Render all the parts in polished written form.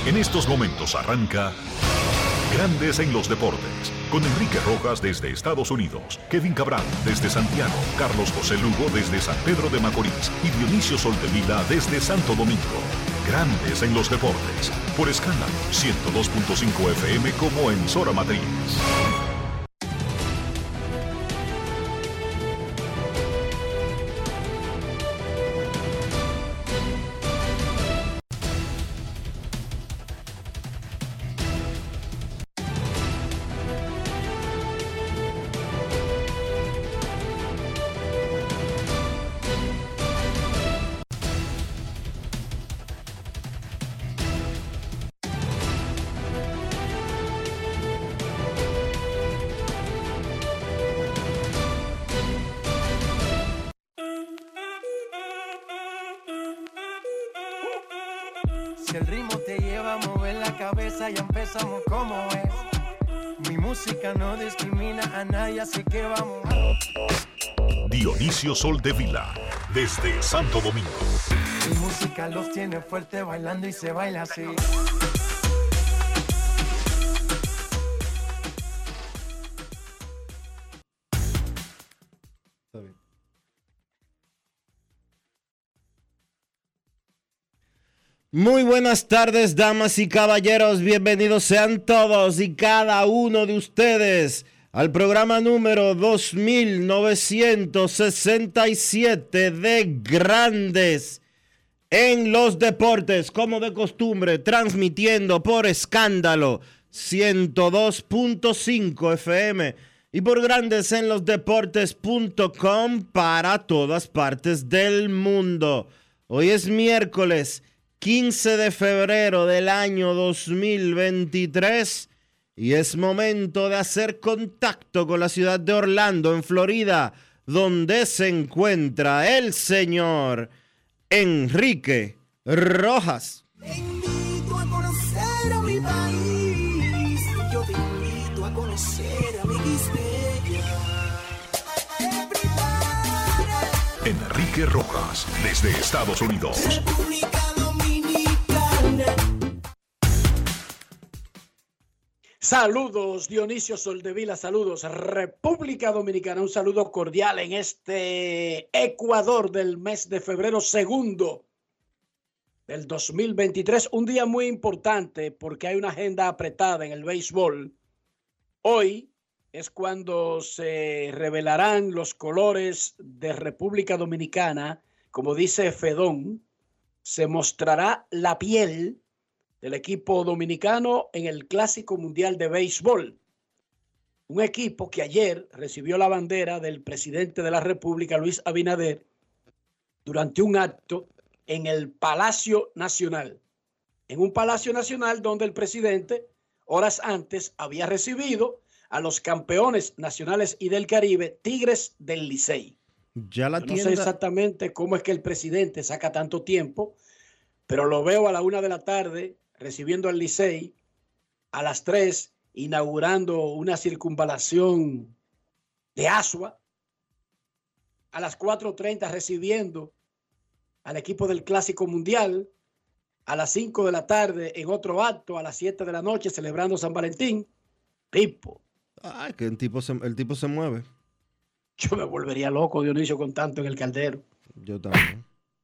En estos momentos arranca Grandes en los Deportes, con Enrique Rojas desde Estados Unidos, Kevin Cabral desde Santiago, Carlos José Lugo desde San Pedro de Macorís y Dionisio Soltevila desde Santo Domingo. Grandes en los Deportes, por Escándalo 102.5 FM como emisora matriz. Si el ritmo te lleva a mover la cabeza, ya empezamos como es. Mi música no discrimina a nadie, así que vamos. Dionisio Soltevila, desde Santo Domingo. Mi música los tiene fuerte bailando y se baila así. Está bien. Muy buenas tardes, damas y caballeros. Bienvenidos sean todos y cada uno de ustedes al programa número 2967 de Grandes en los Deportes, como de costumbre, transmitiendo por Escándalo 102.5 FM y por grandesenlosdeportes.com para todas partes del mundo. Hoy es miércoles 15 de febrero del año 2023 y es momento de hacer contacto con la ciudad de Orlando, en Florida, donde se encuentra el señor Enrique Rojas. Te invito a conocer a mi país, yo te invito a conocer a mi Quisqueya. Enrique Rojas, desde Estados Unidos. República Dominicana. Saludos, Dionisio Soldevila, saludos, República Dominicana, un saludo cordial en este Ecuador del mes de febrero segundo del 2023, un día muy importante porque hay una agenda apretada en el béisbol. Hoy es cuando se revelarán los colores de República Dominicana, como dice Fedón, se mostrará la piel del equipo dominicano en el Clásico Mundial de Béisbol. Un equipo que ayer recibió la bandera del presidente de la República, Luis Abinader, durante un acto en el Palacio Nacional. En un Palacio Nacional donde el presidente, horas antes, había recibido a los campeones nacionales y del Caribe, Tigres del Licey. Ya la Yo no sé exactamente cómo es que el presidente saca tanto tiempo, pero lo veo a la 1 de la tarde recibiendo al Licey, a las 3 inaugurando una circunvalación de Asua, a las 4:30 recibiendo al equipo del Clásico Mundial, a las 5 de la tarde en otro acto, a las 7 de la noche celebrando San Valentín. Tipo. Ay, que el tipo se mueve. Yo me volvería loco, Dionisio, con tanto en el caldero. Yo también.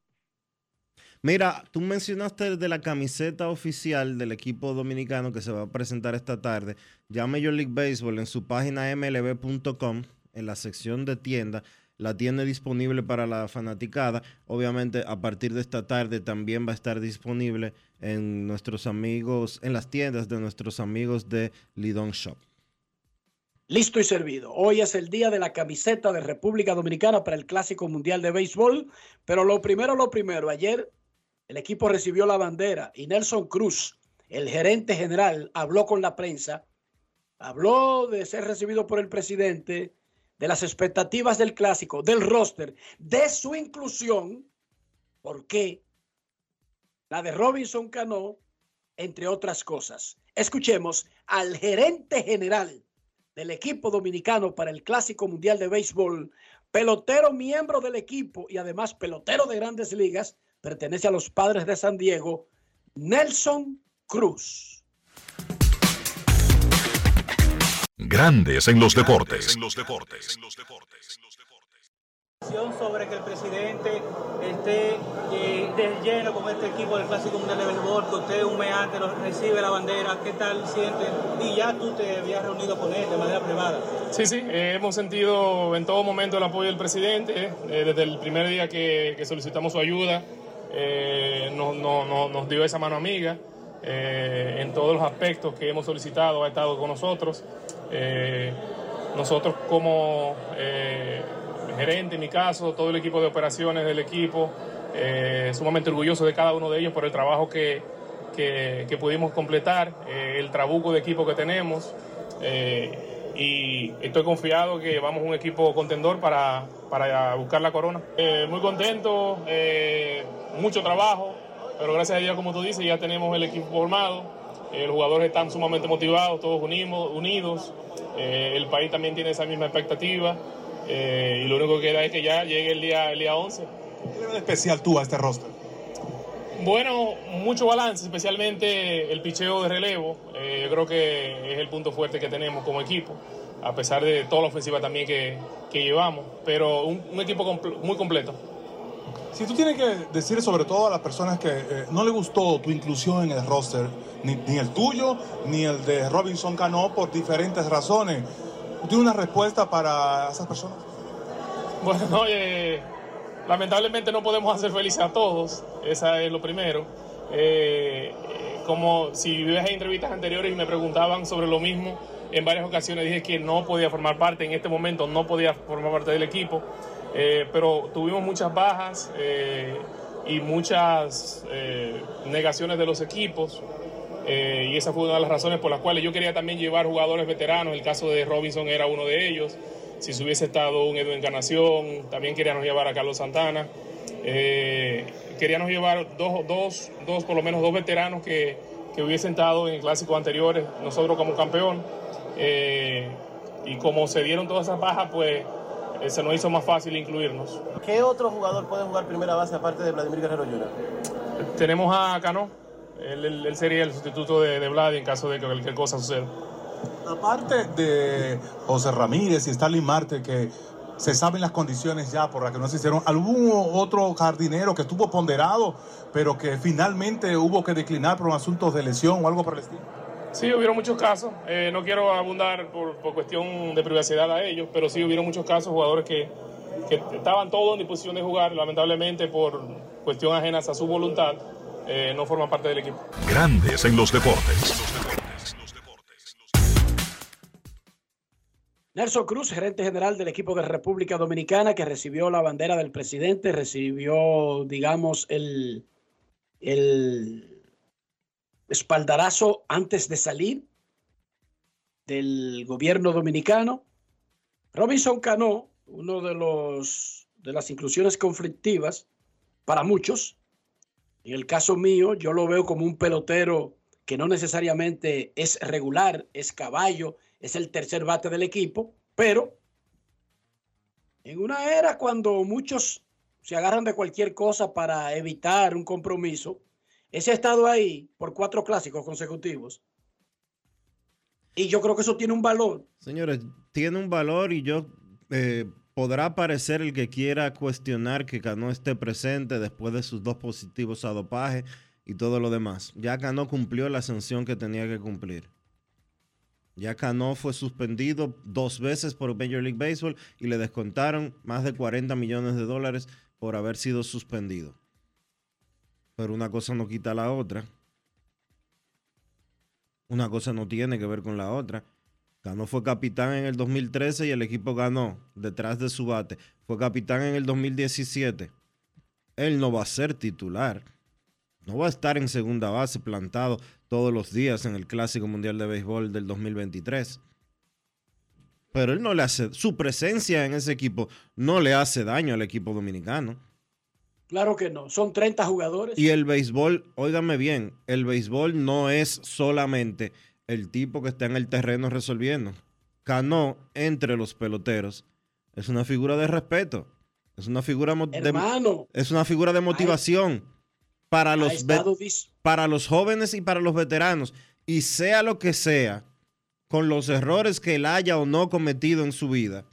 Mira, tú mencionaste de la camiseta oficial del equipo dominicano que se va a presentar esta tarde. Ya Major League Baseball en su página mlb.com, en la sección de tienda, la tiene disponible para la fanaticada. Obviamente, a partir de esta tarde también va a estar disponible en nuestros amigos, en las tiendas de nuestros amigos de Lidon Shop. Listo y servido. Hoy es el día de la camiseta de República Dominicana para el Clásico Mundial de Béisbol. Pero lo primero, ayer el equipo recibió la bandera y Nelson Cruz, el gerente general, habló con la prensa, habló de ser recibido por el presidente, de las expectativas del Clásico, del roster, de su inclusión, porque la de Robinson Cano, entre otras cosas. Escuchemos al gerente general del equipo dominicano para el Clásico Mundial de Béisbol, pelotero miembro del equipo y además pelotero de Grandes Ligas, pertenece a los Padres de San Diego, Nelson Cruz. Grandes en los deportes. Sobre que el presidente esté de lleno con este equipo del Clásico Mundial de Béisbol, que usted un mes antes recibe la bandera, ¿qué tal siente? Y ya tú te habías reunido con él de manera privada. Sí, hemos sentido en todo momento el apoyo del presidente, desde el primer día que solicitamos su ayuda, nos dio esa mano amiga, en todos los aspectos que hemos solicitado ha estado con nosotros. Nosotros como gerente, en mi caso, todo el equipo de operaciones del equipo, sumamente orgulloso de cada uno de ellos por el trabajo que pudimos completar, el trabuco de equipo que tenemos, y estoy confiado que vamos un equipo contendor para buscar la corona. Muy contento, mucho trabajo, pero gracias a Dios, como tú dices, ya tenemos el equipo formado, los jugadores están sumamente motivados, todos unidos, el país también tiene esa misma expectativa. Y lo único que queda es que ya llegue el día 11. ¿Qué le ve de especial tú a este roster? Bueno, mucho balance, especialmente el picheo de relevo. Yo creo que es el punto fuerte que tenemos como equipo, a pesar de toda la ofensiva también que llevamos, pero un equipo muy completo. Si tú tienes que decir sobre todo a las personas que no le gustó tu inclusión en el roster, ni el tuyo, ni el de Robinson Cano, por diferentes razones, ¿tiene una respuesta para esas personas? Bueno, lamentablemente no podemos hacer felices a todos, esa es lo primero. Como si ves entrevistas anteriores y me preguntaban sobre lo mismo, en varias ocasiones dije que no podía formar parte, en este momento no podía formar parte del equipo, pero tuvimos muchas bajas y muchas negaciones de los equipos. Y esa fue una de las razones por las cuales yo quería también llevar jugadores veteranos. El caso de Robinson era uno de ellos. Si se hubiese estado un Edwin Encarnación, también queríamos llevar a Carlos Santana. Queríamos llevar por lo menos dos veteranos que hubiesen estado en clásicos anteriores, nosotros como campeón. Y como se dieron todas esas bajas, pues se nos hizo más fácil incluirnos. ¿Qué otro jugador puede jugar primera base aparte de Vladimir Guerrero Jr.? Tenemos a Cano. Él sería el sustituto de Vlad en caso de que cualquier cosa suceda. Aparte de José Ramírez y Starling Marte, que se saben las condiciones ya por las que no se hicieron, ¿algún otro jardinero que estuvo ponderado, pero que finalmente hubo que declinar por asuntos de lesión o algo por el estilo? Sí, hubieron muchos casos. No quiero abundar por cuestión de privacidad a ellos, pero sí hubieron muchos casos, jugadores que estaban todos en disposición de jugar, lamentablemente por cuestión ajenas a su voluntad. No forman parte del equipo. Grandes en los deportes. Nelson Cruz, gerente general del equipo de República Dominicana, que recibió la bandera del presidente, recibió, digamos, el espaldarazo antes de salir del gobierno dominicano. Robinson Cano, uno de las inclusiones conflictivas para muchos. En el caso mío, yo lo veo como un pelotero que no necesariamente es regular, es caballo, es el tercer bate del equipo, pero en una era cuando muchos se agarran de cualquier cosa para evitar un compromiso, ese ha estado ahí por 4 clásicos consecutivos. Y yo creo que eso tiene un valor. Señores, tiene un valor y yo... podrá parecer el que quiera cuestionar que Cano esté presente después de sus 2 positivos a dopaje y todo lo demás. Ya Cano cumplió la sanción que tenía que cumplir. Ya Cano fue suspendido 2 veces por Major League Baseball y le descontaron más de $40 millones por haber sido suspendido. Pero una cosa no quita la otra. Una cosa no tiene que ver con la otra. Cano fue capitán en el 2013 y el equipo ganó detrás de su bate. Fue capitán en el 2017. Él no va a ser titular. No va a estar en segunda base plantado todos los días en el Clásico Mundial de Béisbol del 2023. Pero él no le hace, su presencia en ese equipo no le hace daño al equipo dominicano. Claro que no, son 30 jugadores. Y el béisbol, óigame bien, el béisbol no es solamente el tipo que está en el terreno resolviendo. Cano, entre los peloteros, es una figura de respeto. Es una figura de motivación para los para los jóvenes y para los veteranos. Y sea lo que sea, con los errores que él haya o no cometido en su vida,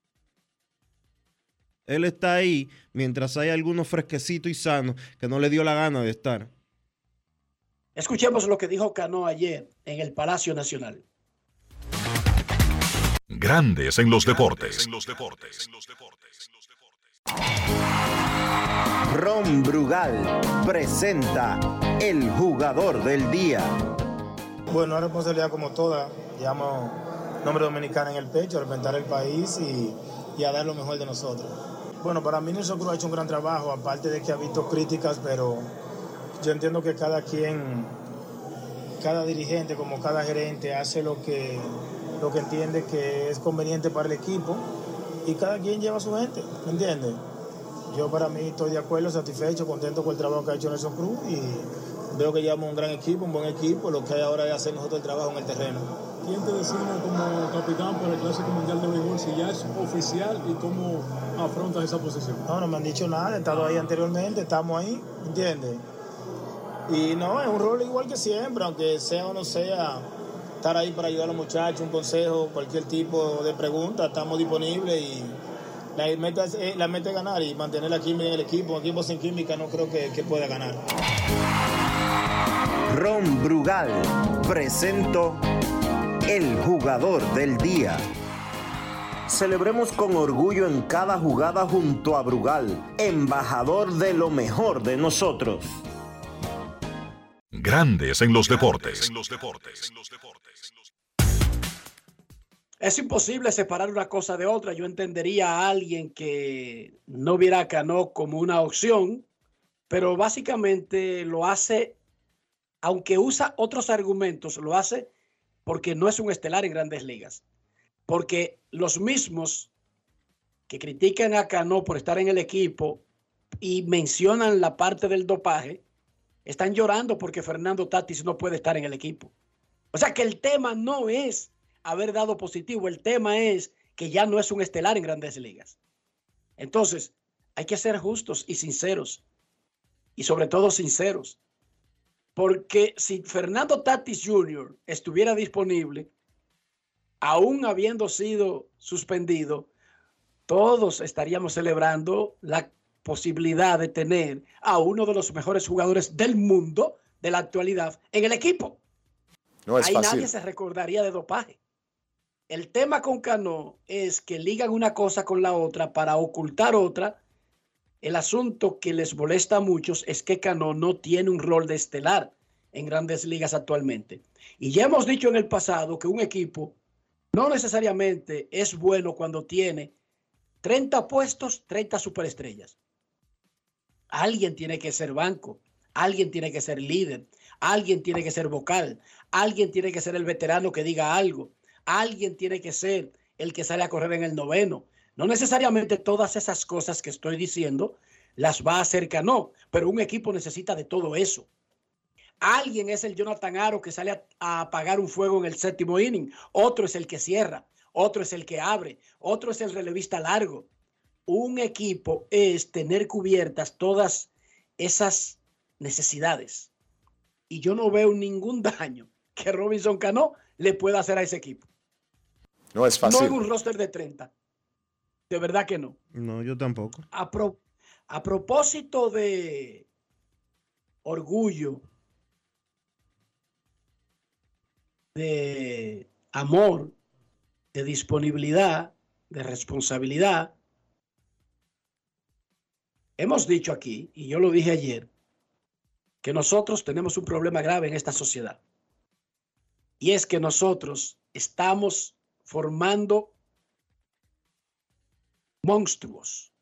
él está ahí mientras hay algunos fresquecitos y sanos que no le dio la gana de estar. Escuchemos lo que dijo Cano ayer en el Palacio Nacional. Grandes en los deportes. Ron Brugal presenta el jugador del día. Bueno, una responsabilidad como toda. Llevamos nombre dominicano en el pecho, a representar el país y a dar lo mejor de nosotros. Bueno, para mí Nelson Cruz ha hecho un gran trabajo, aparte de que ha visto críticas, pero yo entiendo que cada quien, cada dirigente como cada gerente hace lo que entiende que es conveniente para el equipo y cada quien lleva a su gente, ¿me entiendes? Yo para mí estoy de acuerdo, satisfecho, contento con el trabajo que ha hecho Nelson Cruz y veo que llevamos un gran equipo, un buen equipo, lo que hay ahora es hacer nosotros el trabajo en el terreno. ¿Quién te designa como capitán para el Clásico Mundial de Béisbol si ya es oficial y cómo afrontas esa posición? No me han dicho nada, he estado ahí anteriormente, estamos ahí, ¿entiendes? Y no, es un rol igual que siempre, aunque sea o no sea, estar ahí para ayudar a los muchachos, un consejo, cualquier tipo de pregunta, estamos disponibles y la meta es ganar y mantener la química en el equipo. Un equipo sin química no creo que pueda ganar. Ron Brugal presentó el jugador del día. Celebremos con orgullo en cada jugada junto a Brugal, embajador de lo mejor de nosotros. Grandes en los deportes. Es imposible separar una cosa de otra. Yo entendería a alguien que no viera a Cano como una opción, pero básicamente lo hace, aunque usa otros argumentos, lo hace porque no es un estelar en Grandes Ligas. Porque los mismos que critican a Cano por estar en el equipo y mencionan la parte del dopaje, están llorando porque Fernando Tatis no puede estar en el equipo. O sea que el tema no es haber dado positivo, el tema es que ya no es un estelar en Grandes Ligas. Entonces, hay que ser justos y sinceros, y sobre todo sinceros, porque si Fernando Tatis Jr. estuviera disponible, aún habiendo sido suspendido, todos estaríamos celebrando la posibilidad de tener a uno de los mejores jugadores del mundo de la actualidad en el equipo. No es Ahí fácil. nadie se recordaría de dopaje. El tema con Cano es que ligan una cosa con la otra para ocultar otra. El asunto que les molesta a muchos es que Cano no tiene un rol de estelar en Grandes Ligas actualmente. Y ya hemos dicho en el pasado que un equipo no necesariamente es bueno cuando tiene 30 puestos, 30 superestrellas. Alguien tiene que ser banco, alguien tiene que ser líder, alguien tiene que ser vocal, alguien tiene que ser el veterano que diga algo, alguien tiene que ser el que sale a correr en el noveno. No necesariamente todas esas cosas que estoy diciendo las va a hacer Cano, pero un equipo necesita de todo eso. Alguien es el Jonathan Aro que sale a apagar un fuego en el séptimo inning, otro es el que cierra, otro es el que abre, otro es el relevista largo. Un equipo es tener cubiertas todas esas necesidades. Y yo no veo ningún daño que Robinson Cano le pueda hacer a ese equipo. No es fácil. No en un roster de 30. De verdad que no. No, yo tampoco. A propósito de orgullo, de amor, de disponibilidad, de responsabilidad, hemos dicho aquí, y yo lo dije ayer, que nosotros tenemos un problema grave en esta sociedad. Y es que nosotros estamos formando monstruos.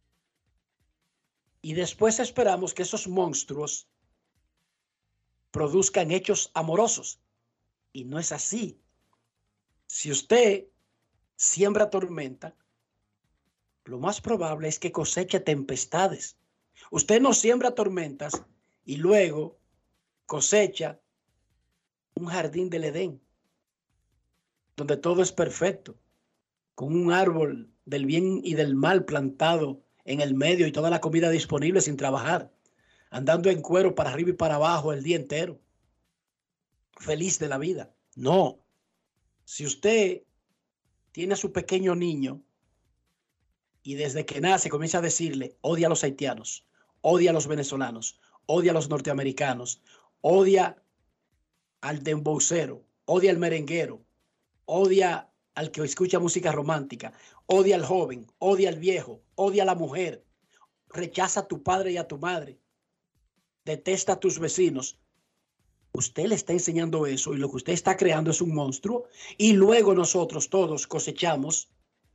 Y después esperamos que esos monstruos produzcan hechos amorosos. Y no es así. Si usted siembra tormenta, lo más probable es que coseche tempestades. Usted no siembra tormentas y luego cosecha un jardín del Edén, donde todo es perfecto, con un árbol del bien y del mal plantado en el medio y toda la comida disponible sin trabajar. andando en cuero para arriba y para abajo el día entero, feliz de la vida. No. Si usted tiene a su pequeño niño y desde que nace comienza a decirle, odia a los haitianos, odia a los venezolanos, odia a los norteamericanos, odia al dembowcero, odia al merenguero, odia al que escucha música romántica, odia al joven, odia al viejo, odia a la mujer, rechaza a tu padre y a tu madre, detesta a tus vecinos. Usted le está enseñando eso y lo que usted está creando es un monstruo y luego nosotros todos cosechamos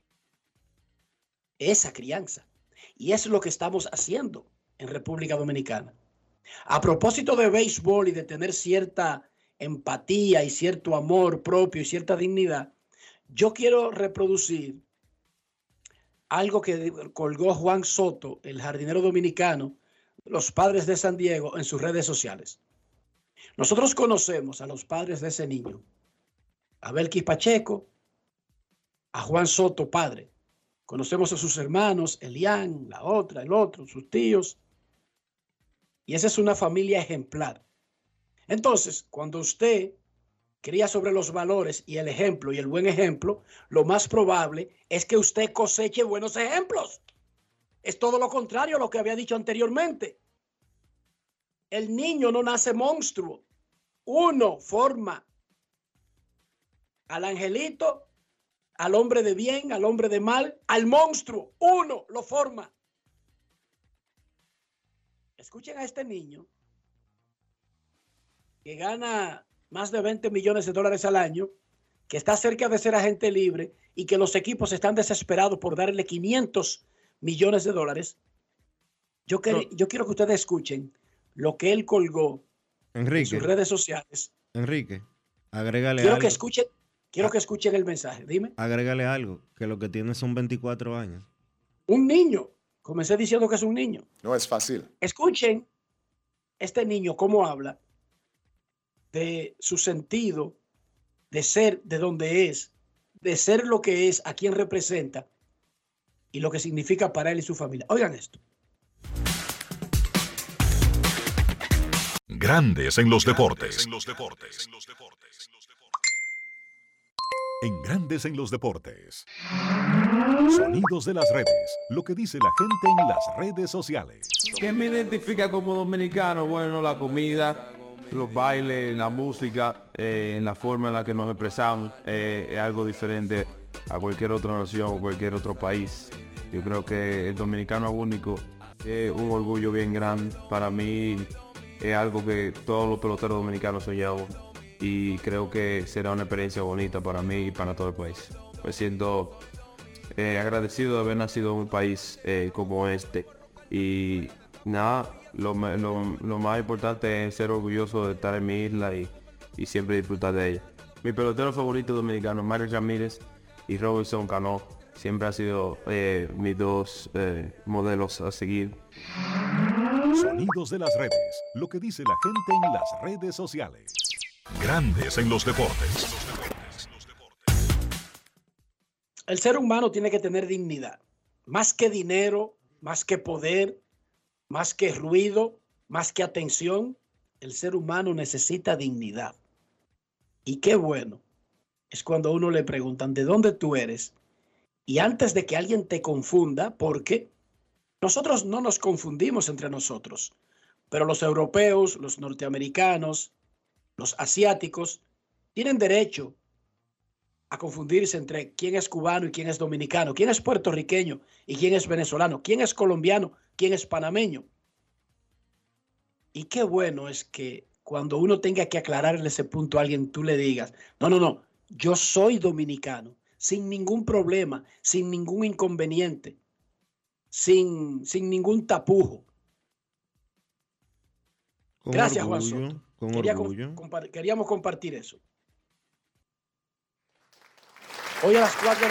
esa crianza. Y eso es lo que estamos haciendo en República Dominicana. A propósito de béisbol y de tener cierta empatía y cierto amor propio y cierta dignidad, yo quiero reproducir algo que colgó Juan Soto, el jardinero dominicano, los Padres de San Diego, en sus redes sociales. Nosotros conocemos a los padres de ese niño, a Belkis Pacheco, a Juan Soto, padre. Conocemos a sus hermanos, Elian, la otra, el otro, sus tíos. Y esa es una familia ejemplar. Entonces, cuando usted cría sobre los valores y el ejemplo y el buen ejemplo, lo más probable es que usted coseche buenos ejemplos. Es todo lo contrario a lo que había dicho anteriormente. El niño no nace monstruo. Uno forma al angelito, al hombre de bien, al hombre de mal, al monstruo. Uno lo forma. Escuchen a este niño que gana más de 20 millones de dólares al año, que está cerca de ser agente libre y que los equipos están desesperados por darle 500 millones de dólares. Yo quiero que ustedes escuchen lo que él colgó en sus redes sociales. Enrique, agrégale quiero algo. Que escuchen el mensaje. Dime. Agrégale algo, que lo que tiene son 24 años. Un niño. Comencé diciendo que es un niño. No es fácil. Escuchen este niño cómo habla de su sentido, de ser de donde es, de ser lo que es, a quien representa y lo que significa para él y su familia. Oigan esto. Grandes en los deportes. En Grandes en los deportes. Sonidos de las redes. Lo que dice la gente en las redes sociales. ¿Qué me identifica como dominicano? Bueno, la comida, los bailes, la música, en la forma en la que nos expresamos, es algo diferente a cualquier otra nación o cualquier otro país. Yo creo que el dominicano único es un orgullo bien grande. Para mí es algo que todos los peloteros dominicanos soñamos y creo que será una experiencia bonita para mí y para todo el país. Me siento agradecido de haber nacido en un país como este y nada, lo más importante es ser orgulloso de estar en mi isla y siempre disfrutar de ella. Mi pelotero favorito dominicano, Mario Ramírez y Robinson Cano, siempre han sido mis dos modelos a seguir. Sonidos de las redes. Lo que dice la gente en las redes sociales. Grandes en los deportes. El ser humano tiene que tener dignidad. Más que dinero, más que poder, más que ruido, más que atención, el ser humano necesita dignidad. Y qué bueno es cuando a uno le preguntan ¿de dónde tú eres? Y antes de que alguien te confunda, porque nosotros no nos confundimos entre nosotros, pero los europeos, los norteamericanos, los asiáticos tienen derecho a confundirse entre quién es cubano y quién es dominicano, quién es puertorriqueño y quién es venezolano, quién es colombiano, quién es panameño. Y qué bueno es que cuando uno tenga que aclararle ese punto a alguien, tú le digas, no, yo soy dominicano, sin ningún problema, sin ningún inconveniente, sin ningún tapujo. Gracias, Juan Soto. Queríamos compartir eso. Hoy a las 4 de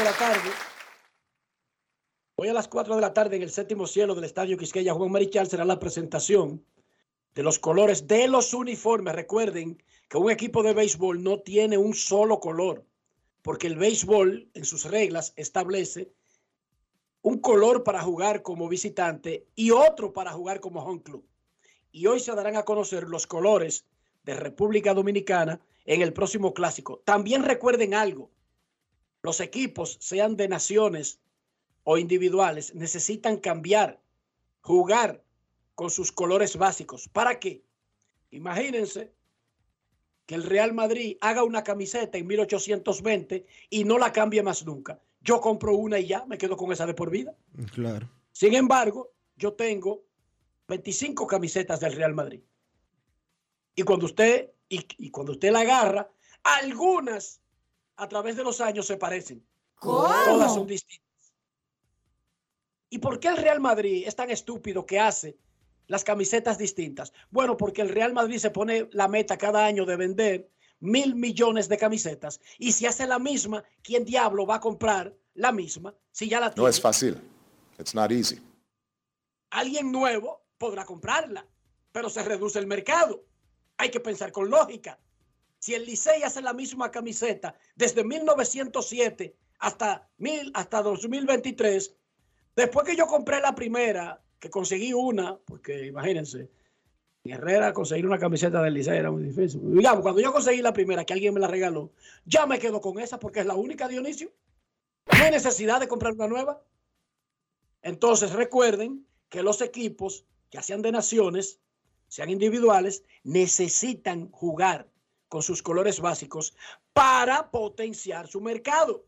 la tarde, en el séptimo cielo del Estadio Quisqueya Juan Marichal será la presentación de los colores de los uniformes. Recuerden que un equipo de béisbol no tiene un solo color, porque el béisbol en sus reglas establece un color para jugar como visitante y otro para jugar como home club. y hoy se darán a conocer los colores de República Dominicana en el próximo clásico. También recuerden algo, los equipos, sean de naciones o individuales, necesitan cambiar, jugar con sus colores básicos. ¿Para qué? Imagínense que el Real Madrid haga una camiseta en 1820 y no la cambie más nunca. Yo compro una y ya, me quedo con esa de por vida. Claro. Sin embargo, yo tengo 25 camisetas del Real Madrid. Y cuando usted, cuando usted la agarra, algunas a través de los años se parecen. ¿Cómo? Todas son distintas. ¿Y por qué el Real Madrid es tan estúpido que hace las camisetas distintas? Bueno, porque el Real Madrid se pone la meta cada año de vender 1.000 millones de camisetas. Y si hace la misma, ¿quién diablo va a comprar la misma si ya la tiene? No es fácil. It's not easy. Alguien nuevo podrá comprarla, pero se reduce el mercado. Hay que pensar con lógica. Si el Licey hace la misma camiseta desde 1907 hasta 2023, después que yo compré la primera, que conseguí una, porque imagínense, en Herrera conseguir una camiseta del Licey era muy difícil. Digamos, cuando yo conseguí la primera, que alguien me la regaló, ya me quedo con esa porque es la única, Dionisio. No hay necesidad de comprar una nueva. Entonces recuerden que los equipos, ya sean de naciones, sean individuales, necesitan jugar con sus colores básicos para potenciar su mercado.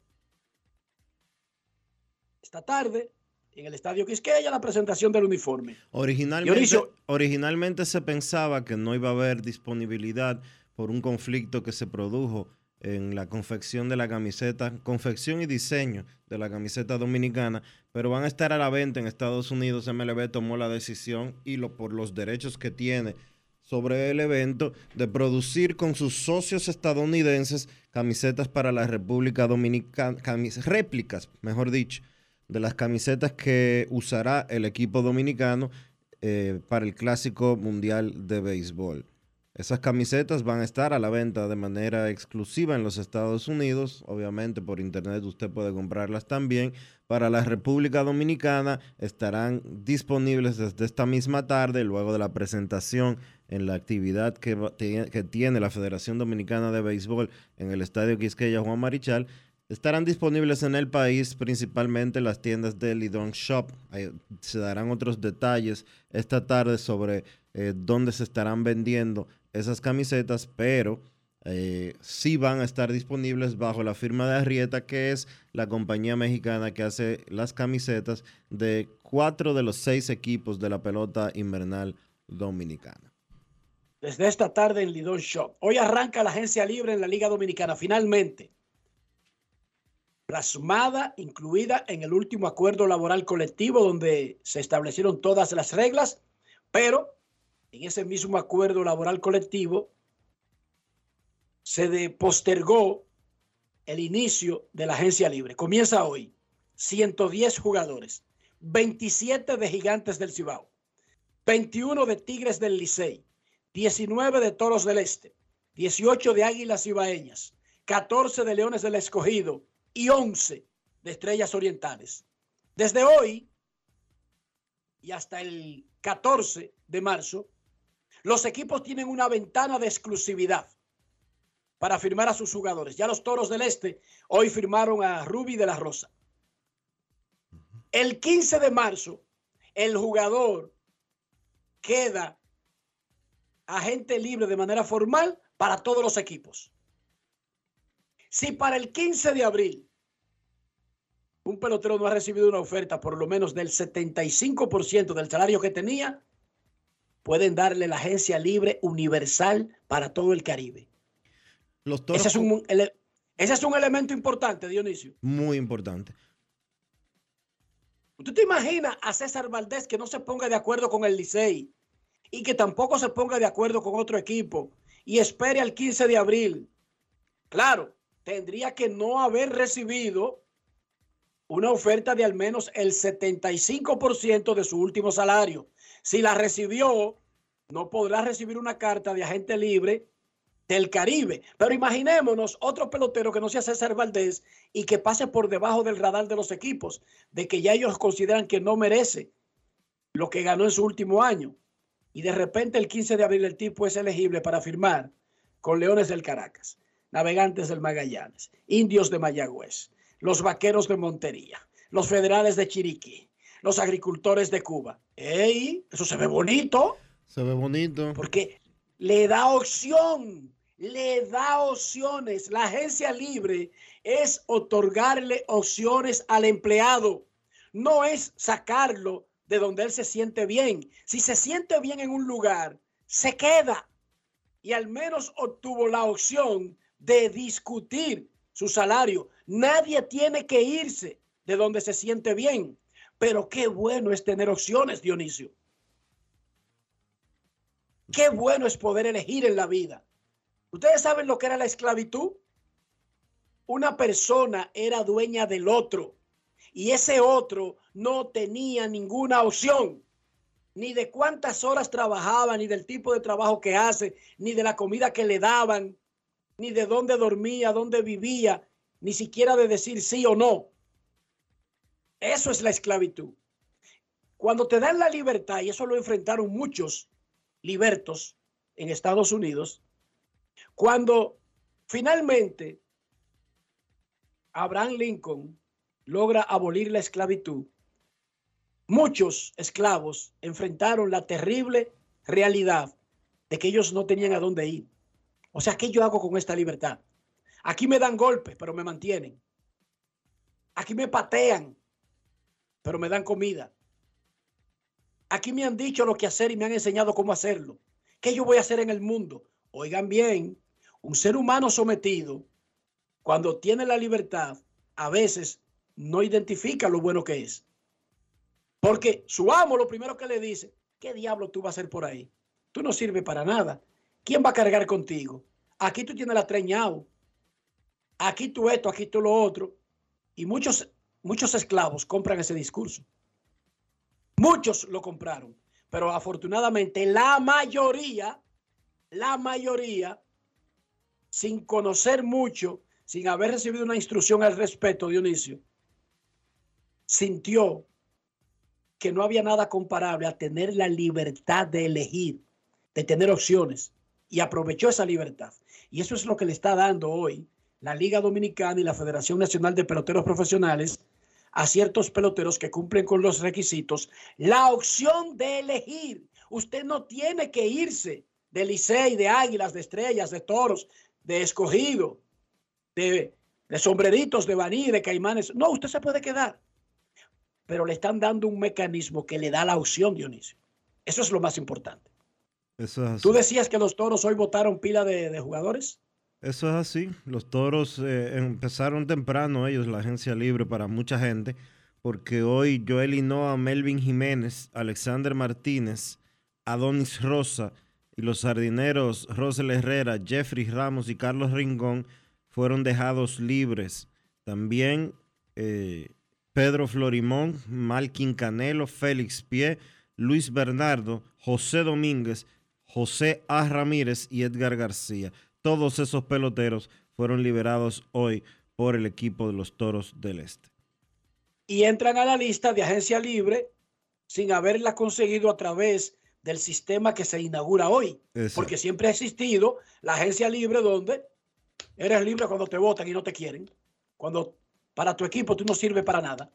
Esta tarde, en el Estadio Quisqueya, la presentación del uniforme. Originalmente se pensaba que no iba a haber disponibilidad por un conflicto que se produjo en la confección de la camiseta, confección y diseño de la camiseta dominicana, pero van a estar a la venta en Estados Unidos. MLB tomó la decisión y por los derechos que tiene sobre el evento de producir con sus socios estadounidenses camisetas para la República Dominicana, réplicas, mejor dicho, de las camisetas que usará el equipo dominicano para el Clásico Mundial de Béisbol. Esas camisetas van a estar a la venta de manera exclusiva en los Estados Unidos. Obviamente por internet usted puede comprarlas también. Para la República Dominicana estarán disponibles desde esta misma tarde, luego de la presentación en la actividad que tiene la Federación Dominicana de Béisbol en el Estadio Quisqueya Juan Marichal. Estarán disponibles en el país, principalmente en las tiendas de Lidón Shop. Se darán otros detalles esta tarde sobre dónde se estarán vendiendo esas camisetas, pero sí van a estar disponibles bajo la firma de Arrieta, que es la compañía mexicana que hace las camisetas de 4 de los 6 equipos de la pelota invernal dominicana. Desde esta tarde en Lidón Shop. Hoy arranca la agencia libre en la Liga Dominicana, finalmente. Plasmada, incluida en el último acuerdo laboral colectivo donde se establecieron todas las reglas, pero en ese mismo acuerdo laboral colectivo se postergó el inicio de la agencia libre. Comienza hoy. 110 jugadores, 27 de Gigantes del Cibao, 21 de Tigres del Licey, 19 de Toros del Este, 18 de Águilas Cibaeñas, 14 de Leones del Escogido y 11 de Estrellas Orientales. Desde hoy y hasta el 14 de marzo, los equipos tienen una ventana de exclusividad para firmar a sus jugadores. Ya los Toros del Este hoy firmaron a Ruby de la Rosa. El 15 de marzo, el jugador queda agente libre de manera formal para todos los equipos. Si para el 15 de abril un pelotero no ha recibido una oferta por lo menos del 75% del salario que tenía, pueden darle la agencia libre universal para todo el Caribe. Los Toros, ese es un elemento importante, Dionisio. Muy importante. ¿Usted te imagina a César Valdés que no se ponga de acuerdo con el Licey y que tampoco se ponga de acuerdo con otro equipo y espere al 15 de abril? Claro, tendría que no haber recibido una oferta de al menos el 75% de su último salario. Si la recibió, no podrá recibir una carta de agente libre del Caribe. Pero imaginémonos otro pelotero que no sea César Valdés y que pase por debajo del radar de los equipos, de que ya ellos consideran que no merece lo que ganó en su último año. Y de repente el 15 de abril el tipo es elegible para firmar con Leones del Caracas, Navegantes del Magallanes, Indios de Mayagüez, los Vaqueros de Montería, los Federales de Chiriquí, los Agricultores de Cuba. ¡Ey! Eso se ve bonito. Se ve bonito. Porque le da opción, le da opciones. La agencia libre es otorgarle opciones al empleado. No es sacarlo de donde él se siente bien. Si se siente bien en un lugar, se queda. Y al menos obtuvo la opción de discutir su salario. Nadie tiene que irse de donde se siente bien. Pero qué bueno es tener opciones, Dionisio. Qué bueno es poder elegir en la vida. ¿Ustedes saben lo que era la esclavitud? Una persona era dueña del otro y ese otro no tenía ninguna opción, ni de cuántas horas trabajaba, ni del tipo de trabajo que hace, ni de la comida que le daban, ni de dónde dormía, dónde vivía, ni siquiera de decir sí o no. Eso es la esclavitud. Cuando te dan la libertad, y eso lo enfrentaron muchos libertos en Estados Unidos, cuando finalmente Abraham Lincoln logra abolir la esclavitud, muchos esclavos enfrentaron la terrible realidad de que ellos no tenían a dónde ir. O sea, ¿qué yo hago con esta libertad? Aquí me dan golpes, pero me mantienen. Aquí me patean, pero me dan comida. Aquí me han dicho lo que hacer y me han enseñado cómo hacerlo. ¿Qué yo voy a hacer en el mundo? Oigan bien, un ser humano sometido, cuando tiene la libertad, a veces no identifica lo bueno que es. Porque su amo lo primero que le dice, ¿qué diablo tú vas a hacer por ahí? Tú no sirves para nada. ¿Quién va a cargar contigo? Aquí tú tienes la treñao. Aquí tú esto, aquí tú lo otro. Y muchos esclavos compran ese discurso. Muchos lo compraron. Pero afortunadamente la mayoría, sin conocer mucho, sin haber recibido una instrucción al respecto, Dionisio, sintió que no había nada comparable a tener la libertad de elegir, de tener opciones, y aprovechó esa libertad. Y eso es lo que le está dando hoy la Liga Dominicana y la Federación Nacional de Peloteros Profesionales a ciertos peloteros que cumplen con los requisitos, la opción de elegir. Usted no tiene que irse de Licey, de Águilas, de Estrellas, de Toros, de Escogido, de Sombreritos, de Baní, de Caimanes. No, usted se puede quedar. Pero le están dando un mecanismo que le da la opción, Dionisio. Eso es lo más importante. Eso es así. ¿Tú decías que los Toros hoy votaron pila de jugadores? Eso es así. Los Toros empezaron temprano ellos, la agencia libre para mucha gente, porque hoy Joel Hinoa, Melvin Jiménez, Alexander Martínez, Adonis Rosa y los jardineros Rosel Herrera, Jeffrey Ramos y Carlos Rincón fueron dejados libres. También Pedro Florimón, Malkin Canelo, Félix Pie, Luis Bernardo, José Domínguez, José A. Ramírez y Edgar García. Todos esos peloteros fueron liberados hoy por el equipo de los Toros del Este. Y entran a la lista de agencia libre sin haberla conseguido a través del sistema que se inaugura hoy. Exacto. Porque siempre ha existido la agencia libre donde eres libre cuando te votan y no te quieren. Cuando para tu equipo tú no sirves para nada.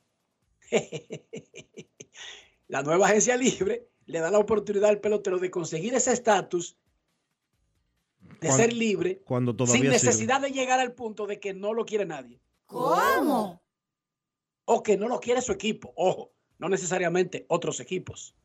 La nueva agencia libre le da la oportunidad al pelotero de conseguir ese estatus de ser libre cuando todavía sin necesidad de llegar al punto de que no lo quiere nadie. ¿Cómo? O que no lo quiere su equipo. Ojo, no necesariamente otros equipos.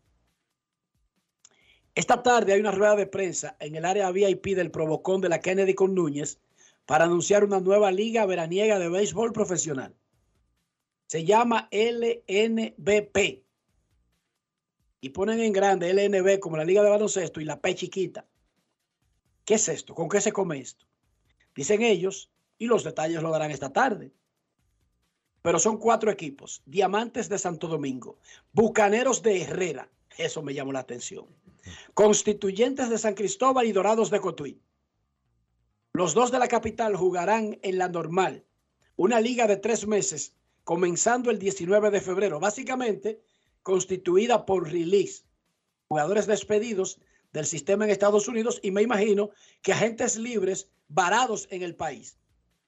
Esta tarde hay una rueda de prensa en el área VIP del Provocón de la Kennedy con Núñez para anunciar una nueva liga veraniega de béisbol profesional. Se llama LNBP. Y ponen en grande LNB como la liga de baloncesto y la P chiquita. ¿Qué es esto? ¿Con qué se come esto? Dicen ellos, y los detalles lo darán esta tarde. Pero son 4 equipos. Diamantes de Santo Domingo, Bucaneros de Herrera, eso me llamó la atención, Constituyentes de San Cristóbal y Dorados de Cotuí. Los 2 de la capital jugarán en la normal, una liga de 3 meses, comenzando el 19 de febrero, básicamente constituida por release. jugadores despedidos del sistema en Estados Unidos y me imagino que agentes libres varados en el país.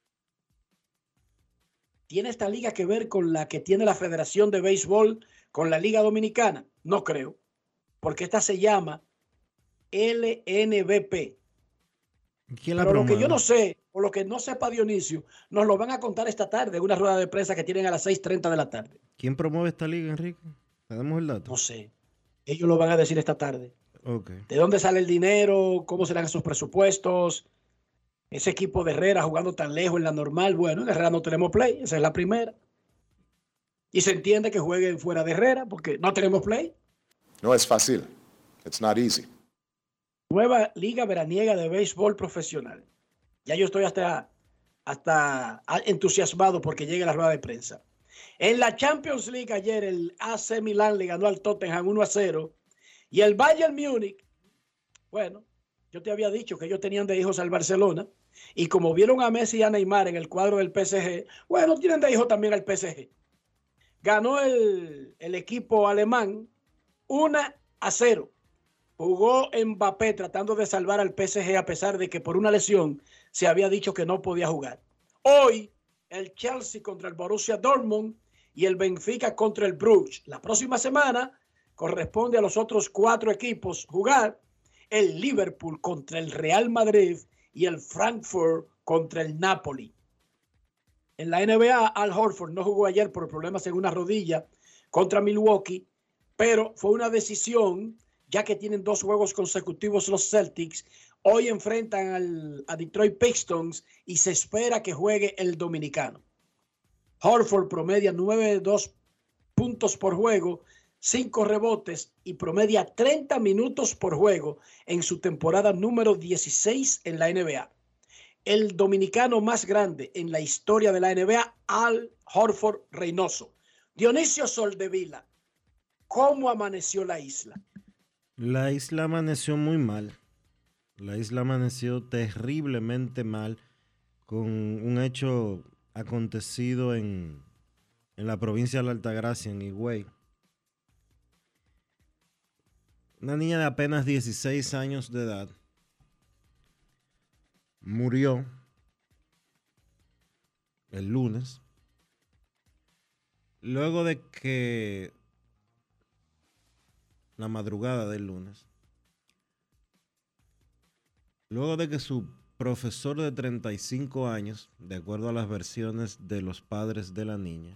¿Tiene esta liga que ver con la que tiene la Federación de Béisbol con la Liga Dominicana? No creo, porque esta se llama LNBP. Pero lo que yo no sé, o lo que no sepa Dionisio, nos lo van a contar esta tarde en una rueda de prensa que tienen a las 6:30 de la tarde. ¿Quién promueve esta liga, Enrique? ¿Tenemos el dato? No sé. Ellos lo van a decir esta tarde. Okay. ¿De dónde sale el dinero? ¿Cómo serán esos presupuestos? Ese equipo de Herrera jugando tan lejos en la normal. Bueno, en Herrera no tenemos play. Esa es la primera. Y se entiende que jueguen fuera de Herrera porque no tenemos play. No es fácil. It's not easy. Nueva Liga Veraniega de Béisbol Profesional. Ya yo estoy hasta entusiasmado porque llegue la rueda de prensa. En la Champions League ayer el AC Milán le ganó al Tottenham 1-0 y el Bayern Múnich, bueno, yo te había dicho que ellos tenían de hijos al Barcelona y como vieron a Messi y a Neymar en el cuadro del PSG, bueno, tienen de hijo también al PSG. Ganó el equipo alemán 1-0. Jugó Mbappé tratando de salvar al PSG a pesar de que por una lesión se había dicho que no podía jugar. Hoy el Chelsea contra el Borussia Dortmund y el Benfica contra el Bruges. La próxima semana corresponde a los otros 4 equipos jugar el Liverpool contra el Real Madrid y el Frankfurt contra el Napoli. En la NBA, Al Horford no jugó ayer por problemas en una rodilla contra Milwaukee, pero fue una decisión ya que tienen 2 juegos consecutivos los Celtics. Hoy enfrentan a Detroit Pistons y se espera que juegue el dominicano. Horford promedia 9.2 puntos por juego, 5 rebotes y promedia 30 minutos por juego en su temporada número 16 en la NBA. El dominicano más grande en la historia de la NBA, Al Horford Reynoso. Dionisio Soldevila, ¿cómo amaneció la isla? La isla amaneció muy mal. La isla amaneció terriblemente mal con un hecho acontecido en la provincia de la Altagracia, en Higüey. Una niña de apenas 16 años de edad murió el lunes luego de que la madrugada del lunes, luego de que su profesor de 35 años, de acuerdo a las versiones de los padres de la niña,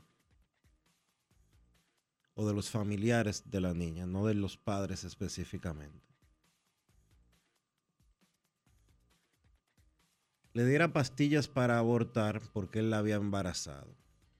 o de los familiares de la niña, no de los padres específicamente, le diera pastillas para abortar porque él la había embarazado.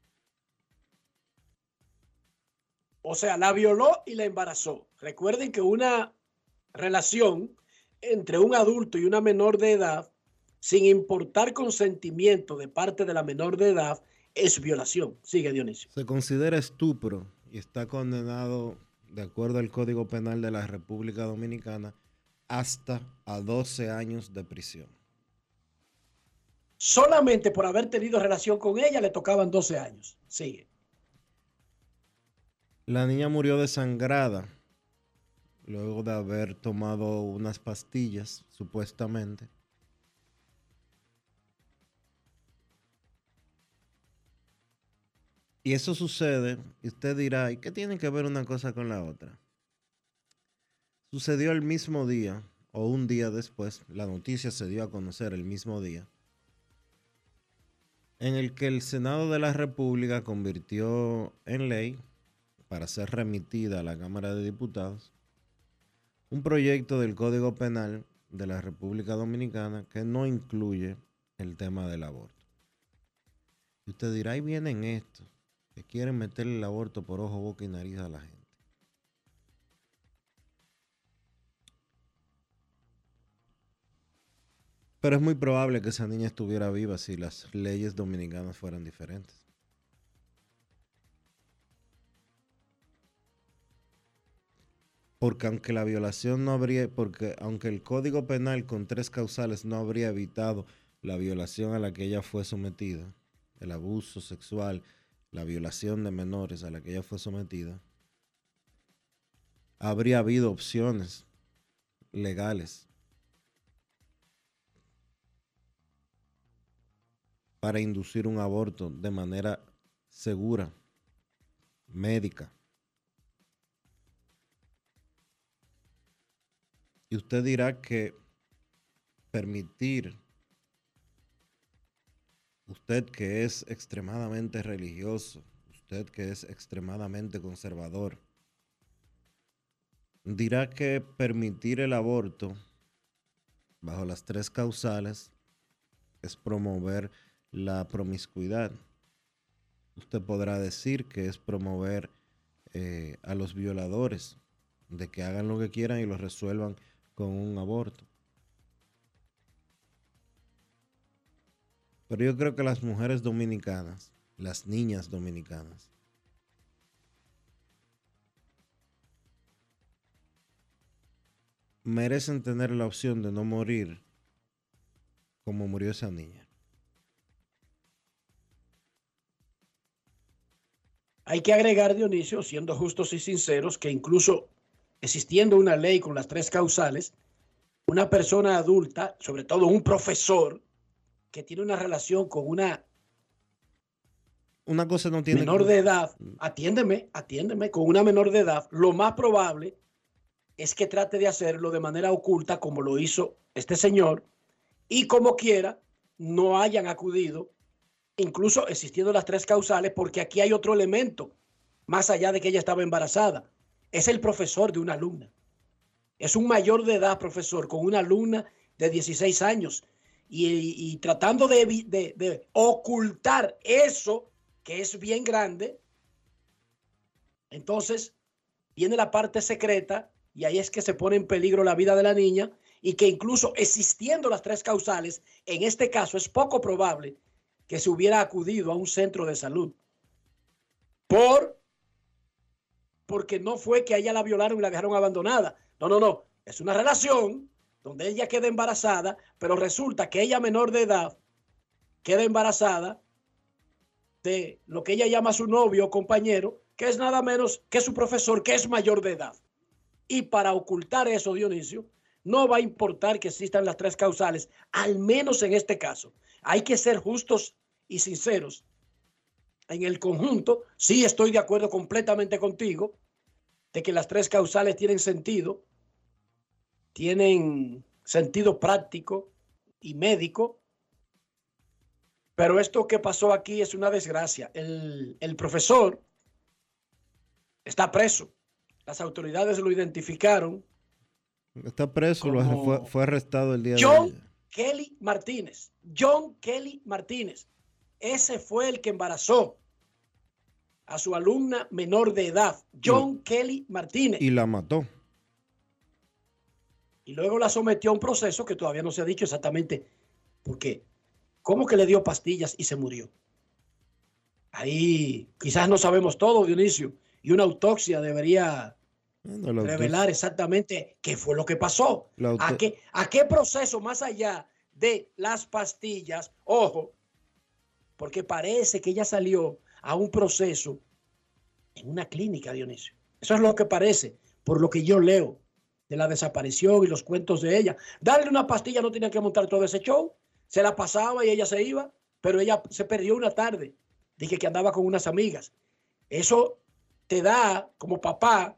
O sea, la violó y la embarazó. Recuerden que una relación entre un adulto y una menor de edad, sin importar consentimiento de parte de la menor de edad, es violación. Sigue, Dionisio. Se considera estupro y está condenado, de acuerdo al Código Penal de la República Dominicana, hasta a 12 años de prisión. Solamente por haber tenido relación con ella le tocaban 12 años. Sigue. La niña murió desangrada luego de haber tomado unas pastillas, supuestamente. Y eso sucede, y usted dirá, ¿y qué tiene que ver una cosa con la otra? Sucedió el mismo día, o un día después, la noticia se dio a conocer el mismo día, en el que el Senado de la República convirtió en ley, para ser remitida a la Cámara de Diputados, un proyecto del Código Penal de la República Dominicana que no incluye el tema del aborto. Y usted dirá, ahí vienen estos, que quieren meterle el aborto por ojo, boca y nariz a la gente. Pero es muy probable que esa niña estuviera viva si las leyes dominicanas fueran diferentes. Porque aunque la violación no habría, aunque el Código Penal con 3 causales no habría evitado la violación a la que ella fue sometida, el abuso sexual, la violación de menores a la que ella fue sometida, habría habido opciones legales para inducir un aborto de manera segura, médica. Y usted dirá que permitir, usted que es extremadamente religioso, usted que es extremadamente conservador, dirá que permitir el aborto bajo las 3 causales es promover la promiscuidad. Usted podrá decir que es promover a los violadores, de que hagan lo que quieran y lo resuelvan con un aborto. Pero yo creo que las mujeres dominicanas, las niñas dominicanas, merecen tener la opción de no morir como murió esa niña. Hay que agregar, Dionisio, siendo justos y sinceros, que incluso existiendo una ley con las 3 causales, una persona adulta, sobre todo un profesor, que tiene una relación con una cosa no tiene menor de edad, atiéndeme, con una menor de edad, lo más probable es que trate de hacerlo de manera oculta, como lo hizo este señor, y como quiera, no hayan acudido, incluso existiendo las 3 causales, porque aquí hay otro elemento, más allá de que ella estaba embarazada. Es el profesor de una alumna. Es un mayor de edad, profesor, con una alumna de 16 años. Y tratando de ocultar eso, que es bien grande, entonces viene la parte secreta y ahí es que se pone en peligro la vida de la niña, y que incluso existiendo las 3 causales, en este caso es poco probable que se hubiera acudido a un centro de salud. Porque no fue que a ella la violaron y la dejaron abandonada. No. Es una relación donde ella queda embarazada, pero resulta que ella, menor de edad, queda embarazada de lo que ella llama su novio o compañero, que es nada menos que su profesor, que es mayor de edad. Y para ocultar eso, Dionisio, no va a importar que existan las 3 causales, al menos en este caso. Hay que ser justos y sinceros. En el conjunto, sí estoy de acuerdo completamente contigo de que las 3 causales tienen sentido práctico y médico, pero esto que pasó aquí es una desgracia. El profesor está preso. Las autoridades lo identificaron. Está preso, fue arrestado el día John de... Kelly Martínez. John Kelly Martínez. Ese fue el que embarazó a su alumna menor de edad, John Kelly Martínez. Y la mató. Y luego la sometió a un proceso que todavía no se ha dicho exactamente por qué. ¿Cómo que le dio pastillas y se murió? Ahí quizás no sabemos todo, Dionisio. Y una autopsia debería revelar exactamente qué fue lo que pasó. ¿A qué proceso más allá de las pastillas? Ojo, porque parece que ella salió a un proceso en una clínica, Dionisio. Eso es lo que parece, por lo que yo leo de la desaparición y los cuentos de ella. Darle una pastilla, no tenía que montar todo ese show. Se la pasaba y ella se iba, pero ella se perdió una tarde. Dije que andaba con unas amigas. Eso te da, como papá,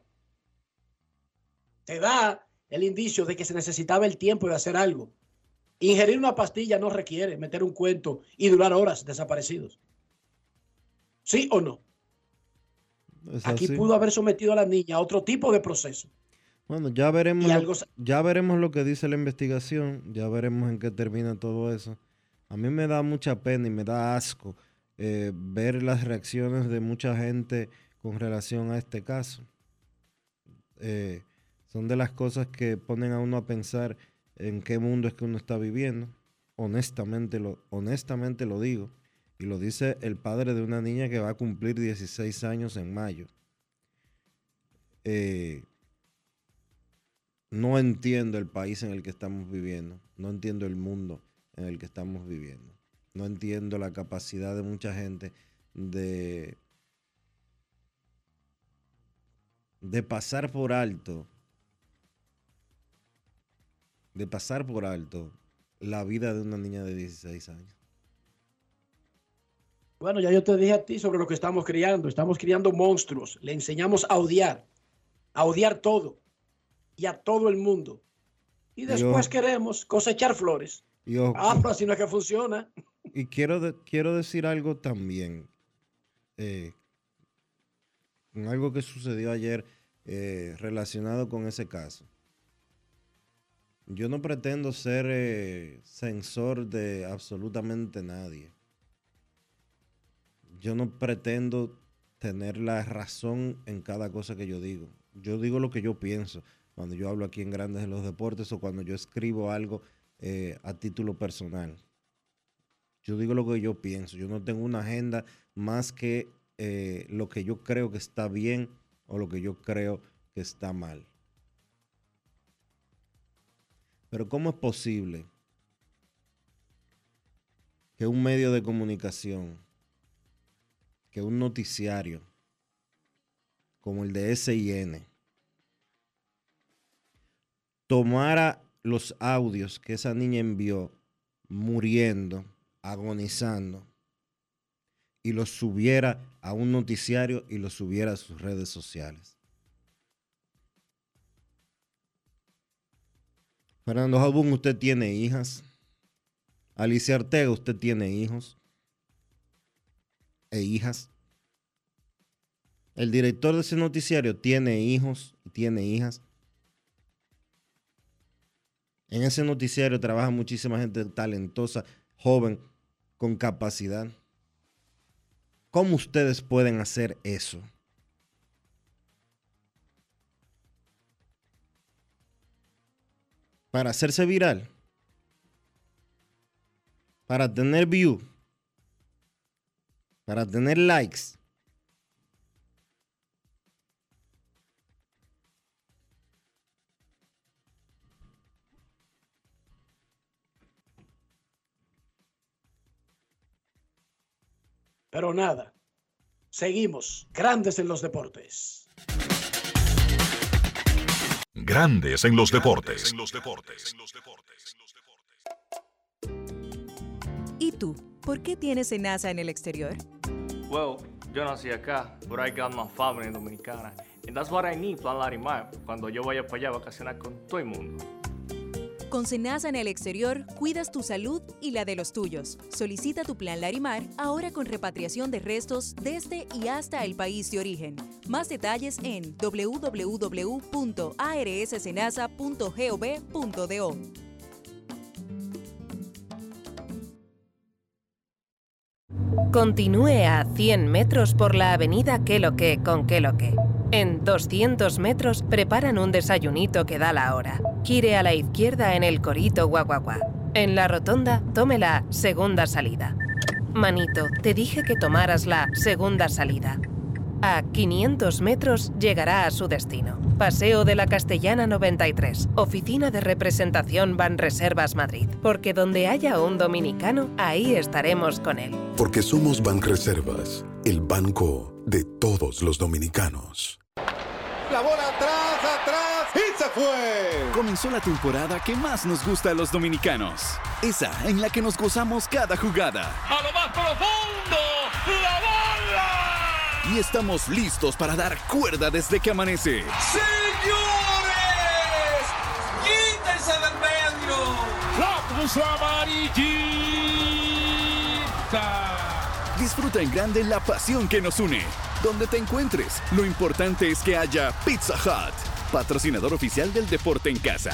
te da el indicio de que se necesitaba el tiempo de hacer algo. Ingerir una pastilla no requiere meter un cuento y durar horas desaparecidos. ¿Sí o no? Aquí pudo haber sometido a la niña a otro tipo de proceso. Bueno, ya veremos lo que dice la investigación, ya veremos en qué termina todo eso. A mí me da mucha pena y me da asco ver las reacciones de mucha gente con relación a este caso. Son de las cosas que ponen a uno a pensar en qué mundo es que uno está viviendo. Honestamente lo digo. Y lo dice el padre de una niña que va a cumplir 16 años en mayo. No entiendo el país en el que estamos viviendo. No entiendo el mundo en el que estamos viviendo. No entiendo la capacidad de mucha gente de de pasar por alto la vida de una niña de 16 años. Bueno, ya yo te dije a ti sobre lo que estamos criando. Estamos criando monstruos. Le enseñamos a odiar todo y a todo el mundo. Y después queremos cosechar flores. Pero así no es que funciona. Y quiero decir algo también. Algo que sucedió ayer relacionado con ese caso. Yo no pretendo ser censor de absolutamente nadie. Yo no pretendo tener la razón en cada cosa que yo digo. Yo digo lo que yo pienso cuando yo hablo aquí en Grandes en los Deportes o cuando yo escribo algo a título personal. Yo digo lo que yo pienso. Yo no tengo una agenda más que lo que yo creo que está bien o lo que yo creo que está mal. Pero ¿cómo es posible que un medio de comunicación, que un noticiario como el de SIN tomara los audios que esa niña envió muriendo, agonizando, y los subiera a un noticiario y los subiera a sus redes sociales? Fernando Jabún, usted tiene hijas. Alicia Ortega, usted tiene hijos e hijas. El director de ese noticiario tiene hijos y tiene hijas. En ese noticiario trabaja muchísima gente talentosa, joven, con capacidad. ¿Cómo ustedes pueden hacer eso? Para hacerse viral, para tener view, para tener likes. Pero nada, seguimos Grandes en los Deportes. Grandes en los Deportes. ¿Y tú? ¿Por qué tienes SENASA en el exterior? Well, yo nací acá, but I got my family dominicana. And that's what I need, Plan Larimar, cuando yo vaya para allá a vacacionar con todo el mundo. Con SENASA en el exterior, cuidas tu salud y la de los tuyos. Solicita tu plan Larimar ahora con repatriación de restos desde y hasta el país de origen. Más detalles en www.arssenasa.gov.do. Continúe a 100 metros por la avenida Queloque con Queloque. En 200 metros preparan un desayunito que da la hora. Gire a la izquierda en el Corito Guaguaguá. En la rotonda, tome la segunda salida. Manito, te dije que tomaras la segunda salida. A 500 metros llegará a su destino. Paseo de la Castellana 93. Oficina de representación Banreservas Madrid. Porque donde haya un dominicano, ahí estaremos con él. Porque somos Banreservas, el banco de todos los dominicanos. La bola atrás y se fue. Comenzó la temporada que más nos gusta a los dominicanos. Esa en la que nos gozamos cada jugada. A lo más profundo, la bola. Y estamos listos para dar cuerda desde que amanece. ¡Señores! ¡Quítense del medio! ¡La cruz amarillita! Disfruta en grande la pasión que nos une. Donde te encuentres, lo importante es que haya Pizza Hut, patrocinador oficial del deporte en casa.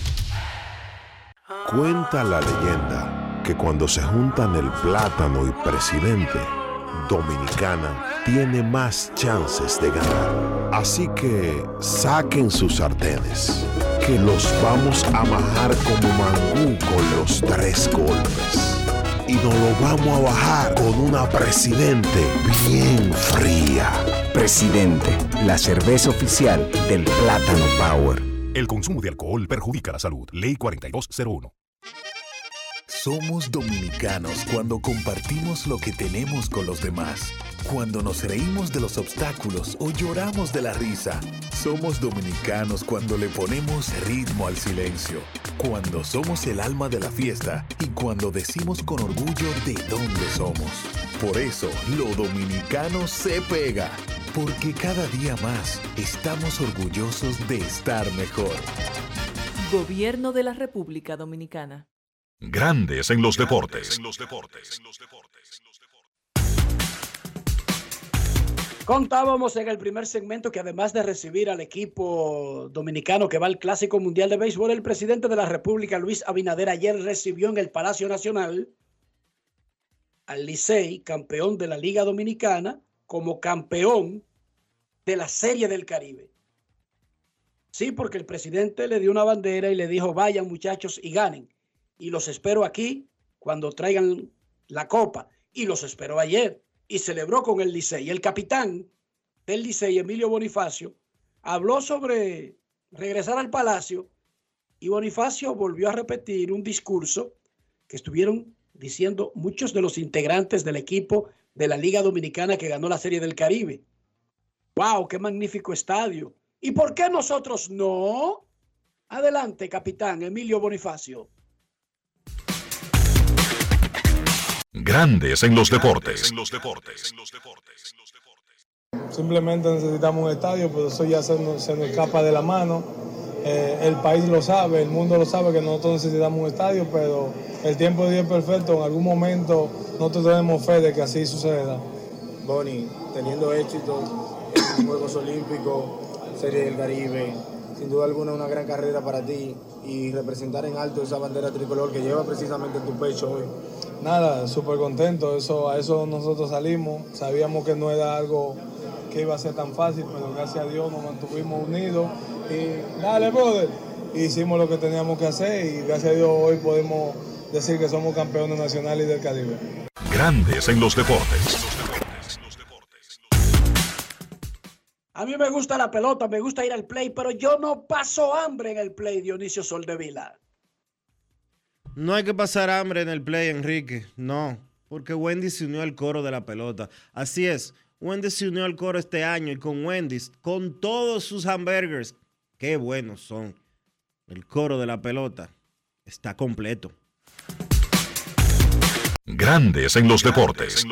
Cuenta la leyenda que cuando se juntan el plátano y presidente, Dominicana tiene más chances de ganar. Así que saquen sus sartenes, que los vamos a bajar como mangú con los 3 golpes. Y nos lo vamos a bajar con una Presidente bien fría. Presidente, la cerveza oficial del Plátano Power. El consumo de alcohol perjudica la salud. Ley 4201. Somos dominicanos cuando compartimos lo que tenemos con los demás. Cuando nos reímos de los obstáculos o lloramos de la risa. Somos dominicanos cuando le ponemos ritmo al silencio. Cuando somos el alma de la fiesta y cuando decimos con orgullo de dónde somos. Por eso, lo dominicano se pega. Porque cada día más estamos orgullosos de estar mejor. Gobierno de la República Dominicana. Grandes en los deportes. Contábamos en el primer segmento que además de recibir al equipo dominicano que va al Clásico Mundial de Béisbol, el presidente de la República, Luis Abinader, ayer recibió en el Palacio Nacional al Licey, campeón de la Liga Dominicana, como campeón de la Serie del Caribe. Sí, porque el presidente le dio una bandera y le dijo, vayan muchachos y ganen. Y los espero aquí cuando traigan la copa. Y los esperó ayer y celebró con el Licey. El capitán del Licey, Emilio Bonifacio, habló sobre regresar al Palacio y Bonifacio volvió a repetir un discurso que estuvieron diciendo muchos de los integrantes del equipo de la Liga Dominicana que ganó la Serie del Caribe. ¡Wow! ¡Qué magnífico estadio! ¿Y por qué nosotros no? Adelante, capitán Emilio Bonifacio. Grandes en los deportes. Simplemente necesitamos un estadio, pero eso ya se nos escapa de la mano. El país lo sabe, el mundo lo sabe que nosotros necesitamos un estadio, pero el tiempo de Dios es perfecto. En algún momento nosotros tenemos fe de que así suceda. Boni, teniendo éxito en Juegos Olímpicos, Serie del Caribe, sin duda alguna una gran carrera para ti y representar en alto esa bandera tricolor que lleva precisamente en tu pecho hoy. Nada, súper contento, a eso nosotros salimos, sabíamos que no era algo que iba a ser tan fácil, pero gracias a Dios nos mantuvimos unidos y dale, brother, hicimos lo que teníamos que hacer y gracias a Dios hoy podemos decir que somos campeones nacionales del Caribe. Grandes en los deportes. A mí me gusta la pelota, me gusta ir al play, pero yo no paso hambre en el play, Dionisio Soldevila. No hay que pasar hambre en el play, Enrique. No, porque Wendy's se unió al coro de la pelota. Así es, Wendy's se unió al coro este año y con Wendy's, con todos sus hamburgers, qué buenos son. El coro de la pelota está completo. Grandes en los deportes.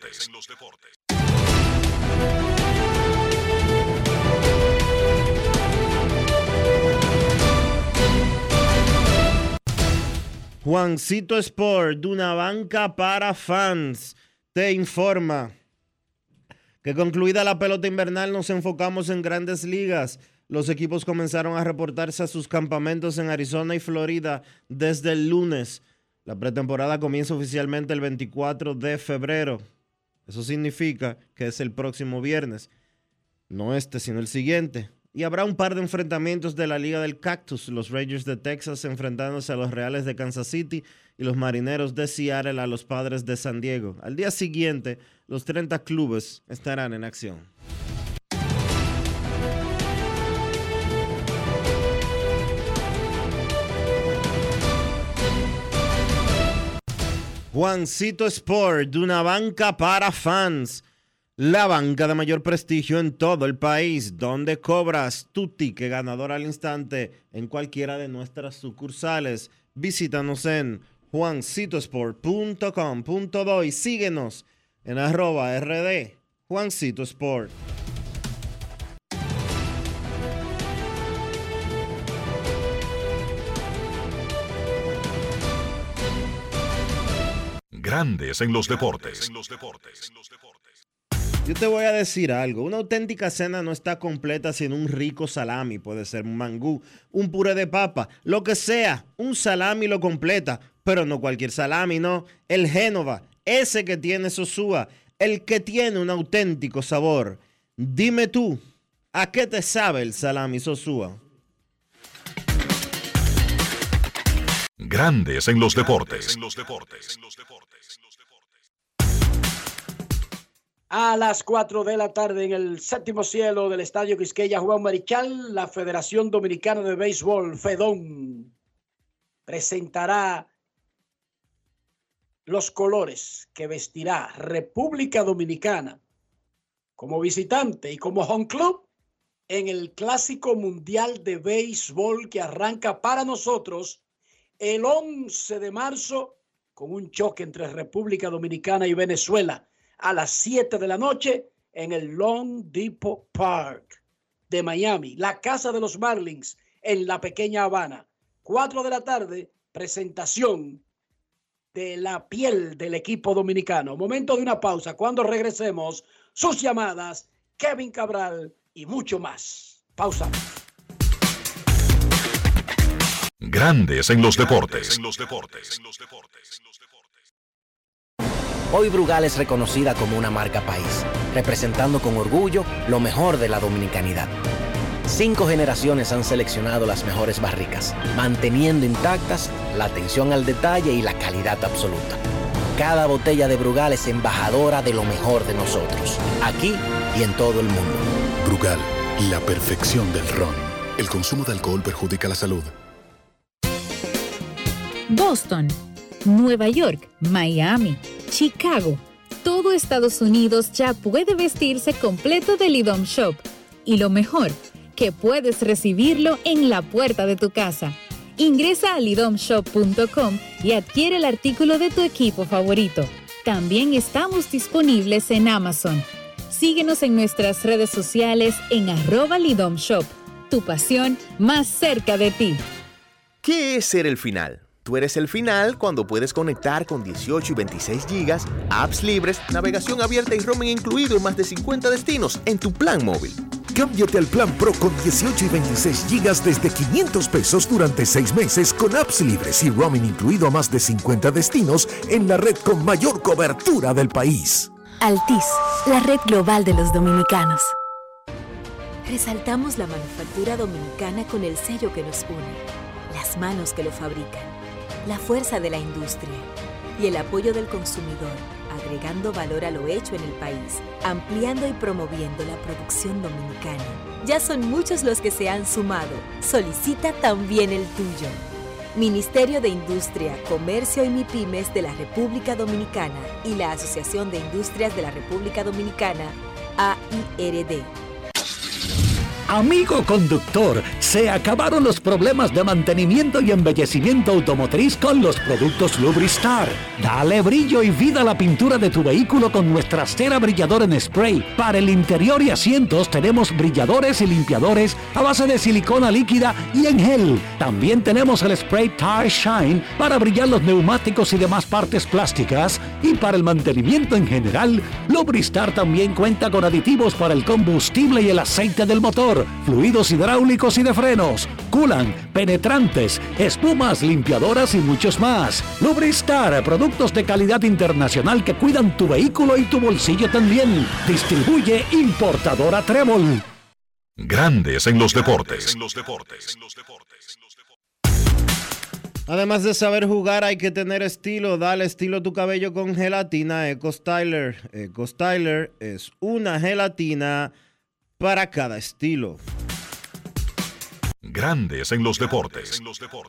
Juancito Sport, de una banca para fans, te informa que concluida la pelota invernal nos enfocamos en Grandes Ligas. Los equipos comenzaron a reportarse a sus campamentos en Arizona y Florida desde el lunes. La pretemporada comienza oficialmente el 24 de febrero. Eso significa que es el próximo viernes, no este, sino el siguiente. Y habrá un par de enfrentamientos de la Liga del Cactus, los Rangers de Texas enfrentándose a los Reales de Kansas City y los Marineros de Seattle a los Padres de San Diego. Al día siguiente, los 30 clubes estarán en acción. Juancito Sport, de una banca para fans. La banca de mayor prestigio en todo el país, donde cobras tu ticket ganador al instante en cualquiera de nuestras sucursales. Visítanos en juancitosport.com.do y síguenos en @RD Juancito Sport. Grandes en los deportes. Yo te voy a decir algo, una auténtica cena no está completa sin un rico salami, puede ser un mangú, un puré de papa, lo que sea, un salami lo completa, pero no cualquier salami, no, el Génova, ese que tiene Sosúa, el que tiene un auténtico sabor. Dime tú, ¿a qué te sabe el salami Sosúa? Grandes en los deportes. A las 4 de la tarde en el séptimo cielo del Estadio Quisqueya Juan Marichal, la Federación Dominicana de Béisbol, FEDON, presentará los colores que vestirá República Dominicana como visitante y como home club en el Clásico Mundial de Béisbol que arranca para nosotros el 11 de marzo con un choque entre República Dominicana y Venezuela a las 7 de la noche en el Long Depot Park de Miami, la casa de los Marlins en la pequeña Habana. 4 de la tarde, presentación de la piel del equipo dominicano. Momento de una pausa. Cuando regresemos, sus llamadas, Kevin Cabral y mucho más. Pausa. Grandes en los deportes. Hoy Brugal es reconocida como una marca país, representando con orgullo lo mejor de la dominicanidad. 5 generaciones han seleccionado las mejores barricas, manteniendo intactas la atención al detalle y la calidad absoluta. Cada botella de Brugal es embajadora de lo mejor de nosotros, aquí y en todo el mundo. Brugal, la perfección del ron. El consumo de alcohol perjudica la salud. Boston, Nueva York, Miami, Chicago. Todo Estados Unidos ya puede vestirse completo del IDOM Shop. Y lo mejor, que puedes recibirlo en la puerta de tu casa. Ingresa a lidomshop.com y adquiere el artículo de tu equipo favorito. También estamos disponibles en Amazon. Síguenos en nuestras redes sociales en @lidomshop. Tu pasión más cerca de ti. ¿Qué es ser el final? Tú eres el final cuando puedes conectar con 18 y 26 gigas, apps libres, navegación abierta y roaming incluido en más de 50 destinos en tu plan móvil. Cámbiate al plan Pro con 18 y 26 gigas desde 500 pesos durante 6 meses con apps libres y roaming incluido a más de 50 destinos en la red con mayor cobertura del país. Altis, la red global de los dominicanos. Resaltamos la manufactura dominicana con el sello que nos une, las manos que lo fabrican, la fuerza de la industria y el apoyo del consumidor, agregando valor a lo hecho en el país, ampliando y promoviendo la producción dominicana. Ya son muchos los que se han sumado. Solicita también el tuyo. Ministerio de Industria, Comercio y MIPYMES de la República Dominicana y la Asociación de Industrias de la República Dominicana, AIRD. Amigo conductor, se acabaron los problemas de mantenimiento y embellecimiento automotriz con los productos Lubristar. Dale brillo y vida a la pintura de tu vehículo con nuestra cera brilladora en spray. Para el interior y asientos tenemos brilladores y limpiadores a base de silicona líquida y en gel. También tenemos el spray Tire Shine para brillar los neumáticos y demás partes plásticas. Y para el mantenimiento en general, Lubristar también cuenta con aditivos para el combustible y el aceite del motor, fluidos hidráulicos y de frenos, culan, penetrantes, espumas, limpiadoras y muchos más. Lubristar, productos de calidad internacional que cuidan tu vehículo y tu bolsillo también. Distribuye importadora Trébol. Grandes en los deportes. Además de saber jugar, hay que tener estilo. Dale estilo a tu cabello con gelatina Eco Styler. Eco Styler es una gelatina para cada estilo. Grandes en los deportes.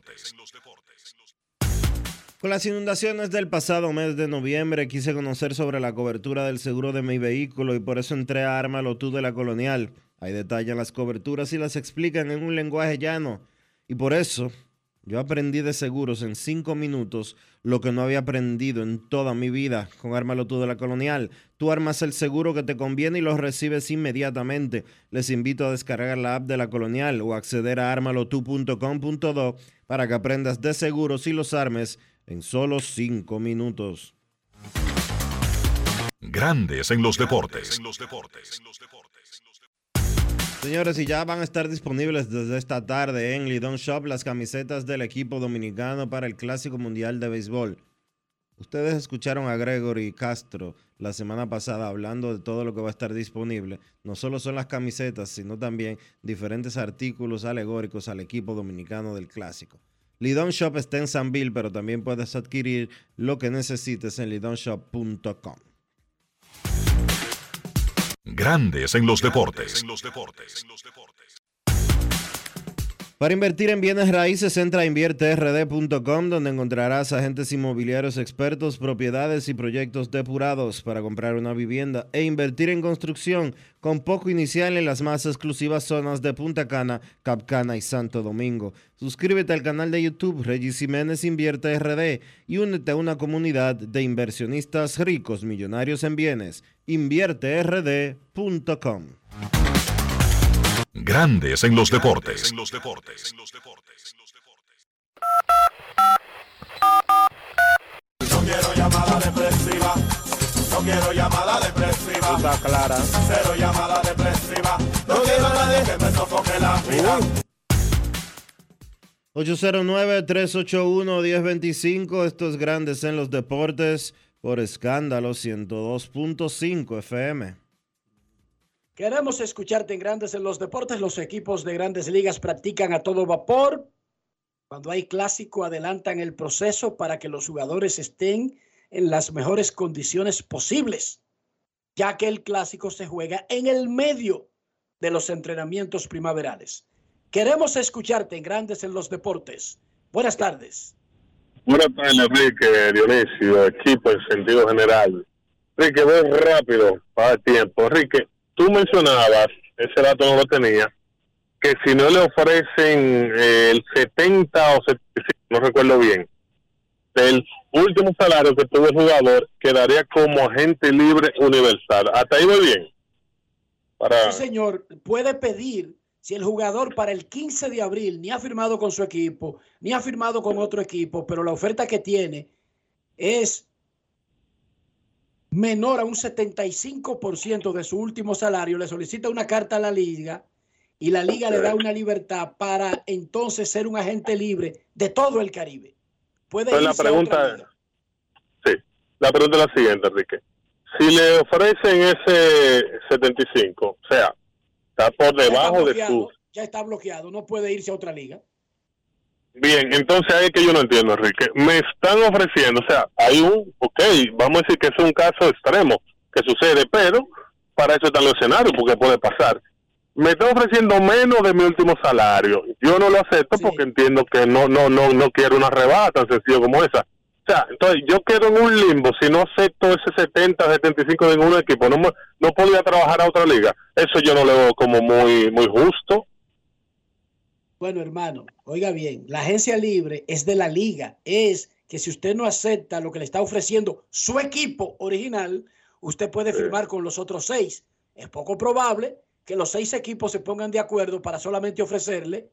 Con las inundaciones del pasado mes de noviembre quise conocer sobre la cobertura del seguro de mi vehículo y por eso entré a Ármalo Tú de la Colonial. Ahí detallan las coberturas y las explican en un lenguaje llano. Y por eso yo aprendí de seguros en 5 minutos lo que no había aprendido en toda mi vida. Con Ármalo Tú de la Colonial, tú armas el seguro que te conviene y lo recibes inmediatamente. Les invito a descargar la app de la Colonial o acceder a armalotu.com.do para que aprendas de seguros y los armes en solo 5 minutos. Grandes en los deportes. Señores, y ya van a estar disponibles desde esta tarde en Lidom Shop las camisetas del equipo dominicano para el Clásico Mundial de Béisbol. Ustedes escucharon a Gregory Castro la semana pasada hablando de todo lo que va a estar disponible. No solo son las camisetas, sino también diferentes artículos alegóricos al equipo dominicano del Clásico. Lidom Shop está en Sanville, pero también puedes adquirir lo que necesites en lidomshop.com. Grandes en los deportes. Para invertir en bienes raíces, entra a invierterd.com, donde encontrarás agentes inmobiliarios expertos, propiedades y proyectos depurados para comprar una vivienda e invertir en construcción con poco inicial en las más exclusivas zonas de Punta Cana, Cap Cana y Santo Domingo. Suscríbete al canal de YouTube Regis Jiménez Invierte RD y únete a una comunidad de inversionistas ricos, millonarios en bienes. invierterd.com. Grandes en los deportes. No quiero llamada depresiva. No quiero llamada depresiva. Está clara. Cero llamada depresiva. No quiero a nadie que me sofoque la vida. 809-381-1025. Estos Grandes en los deportes por Escándalo 102.5 FM. Queremos escucharte en Grandes en los deportes. Los equipos de Grandes Ligas practican a todo vapor. Cuando hay clásico, adelantan el proceso para que los jugadores estén en las mejores condiciones posibles, ya que el clásico se juega en el medio de los entrenamientos primaverales. Queremos escucharte en Grandes en los deportes. Buenas tardes. Buenas tardes, Enrique, Dionisio, equipo en sentido general. Enrique, voy rápido para el tiempo. Enrique, tú mencionabas, ese dato no lo tenía, que si no le ofrecen el 70 o 75, no recuerdo bien, del último salario que tuvo el jugador, quedaría como agente libre universal. ¿Hasta ahí voy bien? Sí, señor. Puede pedir, si el jugador para el 15 de abril ni ha firmado con su equipo, ni ha firmado con otro equipo, pero la oferta que tiene es menor a un 75% de su último salario, le solicita una carta a la liga y la liga le da una libertad para entonces ser un agente libre de todo el Caribe. Puede irse la pregunta a otra liga. Sí, la pregunta es la siguiente, Enrique. Si le ofrecen ese 75, o sea, está por debajo de su... Ya está bloqueado, no puede irse a otra liga. Bien, entonces ahí es que yo no entiendo, Enrique. Me están ofreciendo, o sea, hay vamos a decir que es un caso extremo que sucede, pero para eso están los escenarios, porque puede pasar. Me están ofreciendo menos de mi último salario. Yo no lo acepto porque entiendo que no quiero una rebaja tan sencillo como esa. O sea, entonces yo quedo en un limbo si no acepto ese 70, 75 de ningún equipo. No podría trabajar a otra liga. Eso yo no lo veo como muy justo. Bueno, hermano, oiga bien, la agencia libre es de la liga. Es que si usted no acepta lo que le está ofreciendo su equipo original, usted puede firmar con los otros 6. Es poco probable que los 6 equipos se pongan de acuerdo para solamente ofrecerle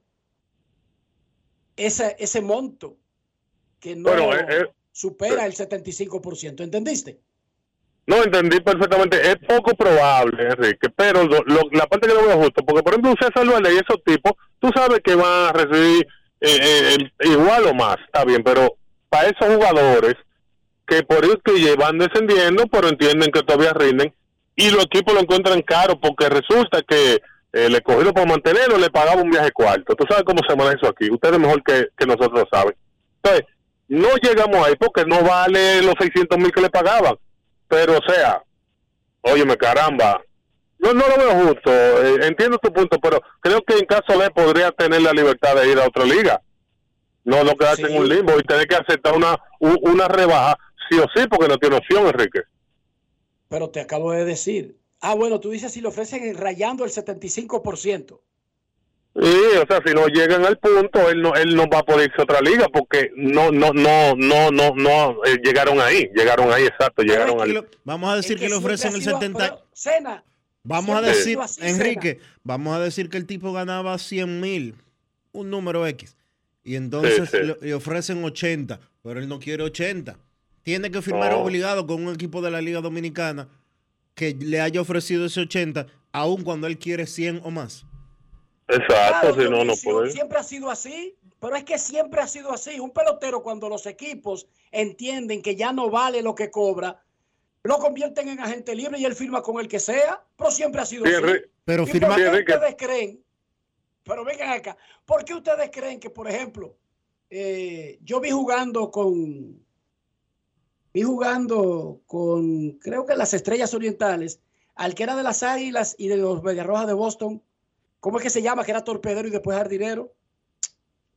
ese monto que no supera el 75%. ¿Entendiste? No, entendí perfectamente. Es poco probable, Enrique, pero la parte que no veo justo, porque por ejemplo un César Valdez y esos tipos, tú sabes que van a recibir igual o más, está bien, pero para esos jugadores que por eso que van descendiendo, pero entienden que todavía rinden, y los equipos lo encuentran caro, porque resulta que el escogido por mantenerlo le pagaba un viaje cuarto. Tú sabes cómo se maneja eso aquí, ustedes mejor que nosotros lo saben. Entonces, no llegamos ahí porque no vale los 600,000 que le pagaban. Pero, o sea, óyeme, caramba, no lo veo justo. Entiendo tu punto, pero creo que en caso de podría tener la libertad de ir a otra liga. No quedarse en un limbo y tener que aceptar una rebaja, sí o sí, porque no tiene opción, Enrique. Pero te acabo de decir. Bueno, tú dices si le ofrecen rayando el 75%. Sí, o sea, si no llegan al punto, él no va a poder irse a otra liga porque no llegaron ahí, exacto, llegaron ahí. Vamos a decir que le ofrecen el 70. Vamos a decir, Enrique, vamos a decir que el tipo ganaba 100,000, un número X, y entonces le ofrecen 80, pero él no quiere 80. Tiene que firmar obligado con un equipo de la Liga Dominicana que le haya ofrecido ese 80, aun cuando él quiere 100 o más. Exacto, claro, si no puede. Siempre ha sido así, pero es que siempre ha sido así. Un pelotero, cuando los equipos entienden que ya no vale lo que cobra, lo convierten en agente libre y él firma con el que sea, pero siempre ha sido así. Pero ¿Y por qué ustedes creen? Pero vengan acá, ¿por qué ustedes creen que, por ejemplo, yo vi jugando con creo que las Estrellas Orientales, al que era de las Águilas y de los Medias Rojas de Boston? ¿Cómo es que se llama? Que era torpedero y después jardinero.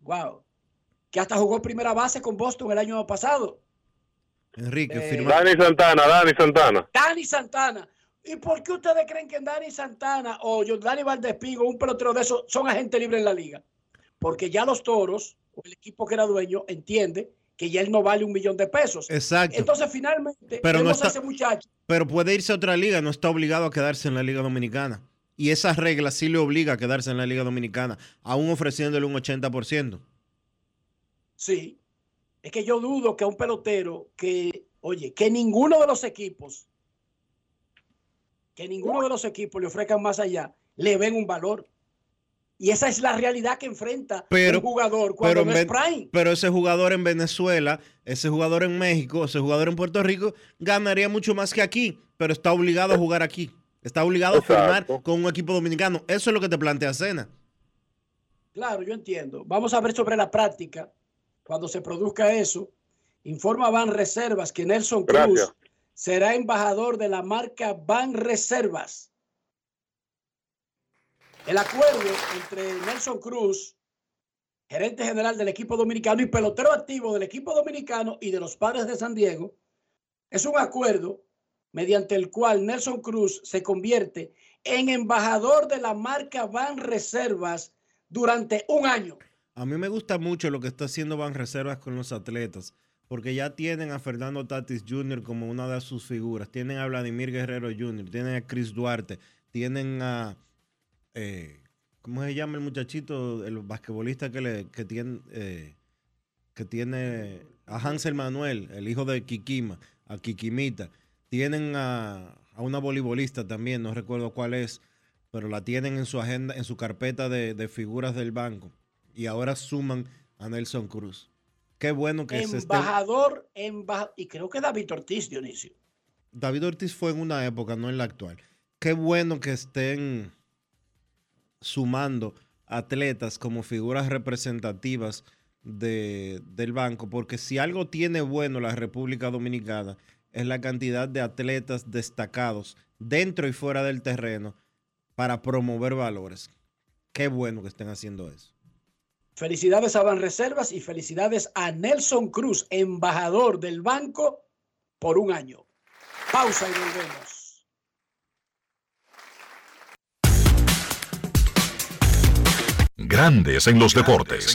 Wow. Que hasta jugó primera base con Boston el año pasado. Enrique, Dani Santana. Dani Santana. ¿Y por qué ustedes creen que Dani Santana o Jordani Valdespín o un pelotero de esos son agentes libres en la liga? Porque ya los Toros, o el equipo que era dueño, entiende que ya él no vale $1 millón. Exacto. Entonces, finalmente, pero no está, a ese muchacho. Pero puede irse a otra liga, no está obligado a quedarse en la Liga Dominicana. Y esa regla sí le obliga a quedarse en la Liga Dominicana, aún ofreciéndole un 80%. Sí. Es que yo dudo que a un pelotero que ninguno de los equipos le ofrezcan más allá, le ven un valor. Y esa es la realidad que enfrenta un jugador cuando no es prime. Pero ese jugador en Venezuela, ese jugador en México, ese jugador en Puerto Rico, ganaría mucho más que aquí, pero está obligado a jugar aquí. Está obligado a firmar con un equipo dominicano. Eso es lo que te plantea Cena. Claro, yo entiendo. Vamos a ver sobre la práctica. Cuando se produzca eso, informa Banreservas que Nelson Cruz será embajador de la marca Banreservas. El acuerdo entre Nelson Cruz, gerente general del equipo dominicano y pelotero activo del equipo dominicano y de los Padres de San Diego, es un acuerdo mediante el cual Nelson Cruz se convierte en embajador de la marca Banreservas durante un año. A mí me gusta mucho lo que está haciendo Banreservas con los atletas, porque ya tienen a Fernando Tatis Jr. como una de sus figuras, tienen a Vladimir Guerrero Jr., tienen a Chris Duarte, tienen a ¿cómo se llama el muchachito, el basquetbolista que tiene a Hansel Manuel, el hijo de Kikima, a Kikimita? Tienen a una voleibolista también, no recuerdo cuál es, pero la tienen en su agenda, en su carpeta de figuras del banco. Y ahora suman a Nelson Cruz. Qué bueno que embajador, y creo que David Ortiz, Dionisio. David Ortiz fue en una época, no en la actual. Qué bueno que estén sumando atletas como figuras representativas del banco, porque si algo tiene bueno la República Dominicana es la cantidad de atletas destacados dentro y fuera del terreno para promover valores. Qué bueno que estén haciendo eso. Felicidades a Banreservas y felicidades a Nelson Cruz, embajador del banco por un año. Pausa y volvemos. Grandes en los deportes.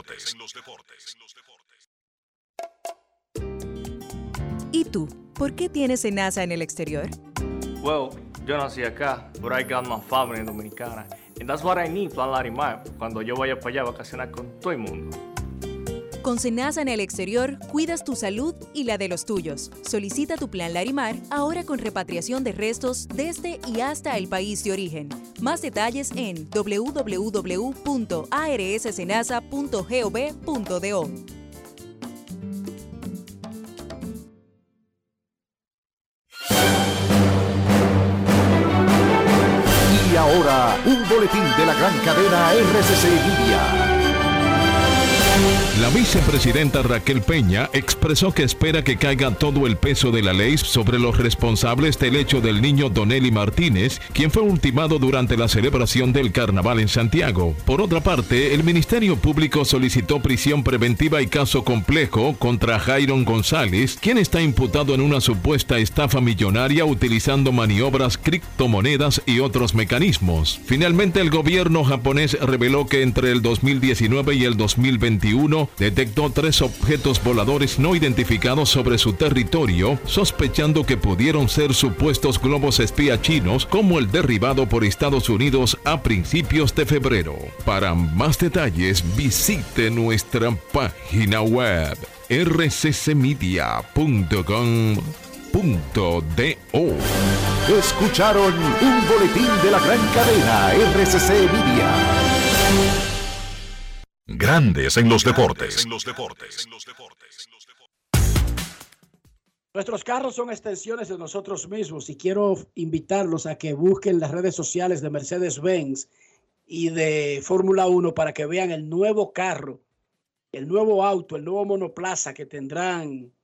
¿Y tú? ¿Por qué tienes SENASA en el exterior? Well, yo nací acá, but I got my family dominicana. And that's what I need, Plan Larimar, cuando yo vaya para allá a vacacionar con todo el mundo. Con SENASA en el exterior, cuidas tu salud y la de los tuyos. Solicita tu Plan Larimar ahora con repatriación de restos desde y hasta el país de origen. Más detalles en www.arssenasa.gov.do. Y ahora, un boletín de la gran cadena RCC Media. La vicepresidenta Raquel Peña expresó que espera que caiga todo el peso de la ley sobre los responsables del hecho del niño Donelly Martínez, quien fue ultimado durante la celebración del carnaval en Santiago. Por otra parte, el Ministerio Público solicitó prisión preventiva y caso complejo contra Jairon González, quien está imputado en una supuesta estafa millonaria utilizando maniobras, criptomonedas y otros mecanismos. Finalmente, el gobierno japonés reveló que entre el 2019 y el 2021 detectó 3 objetos voladores no identificados sobre su territorio, sospechando que pudieron ser supuestos globos espía chinos, como el derribado por Estados Unidos a principios de febrero. Para más detalles, visite nuestra página web rccmedia.com.do. Escucharon un boletín de la gran cadena RCC Media. Grandes en los deportes. Nuestros carros son extensiones de nosotros mismos y quiero invitarlos a que busquen las redes sociales de Mercedes-Benz y de Fórmula 1 para que vean el nuevo carro, el nuevo auto, el nuevo monoplaza que tendrá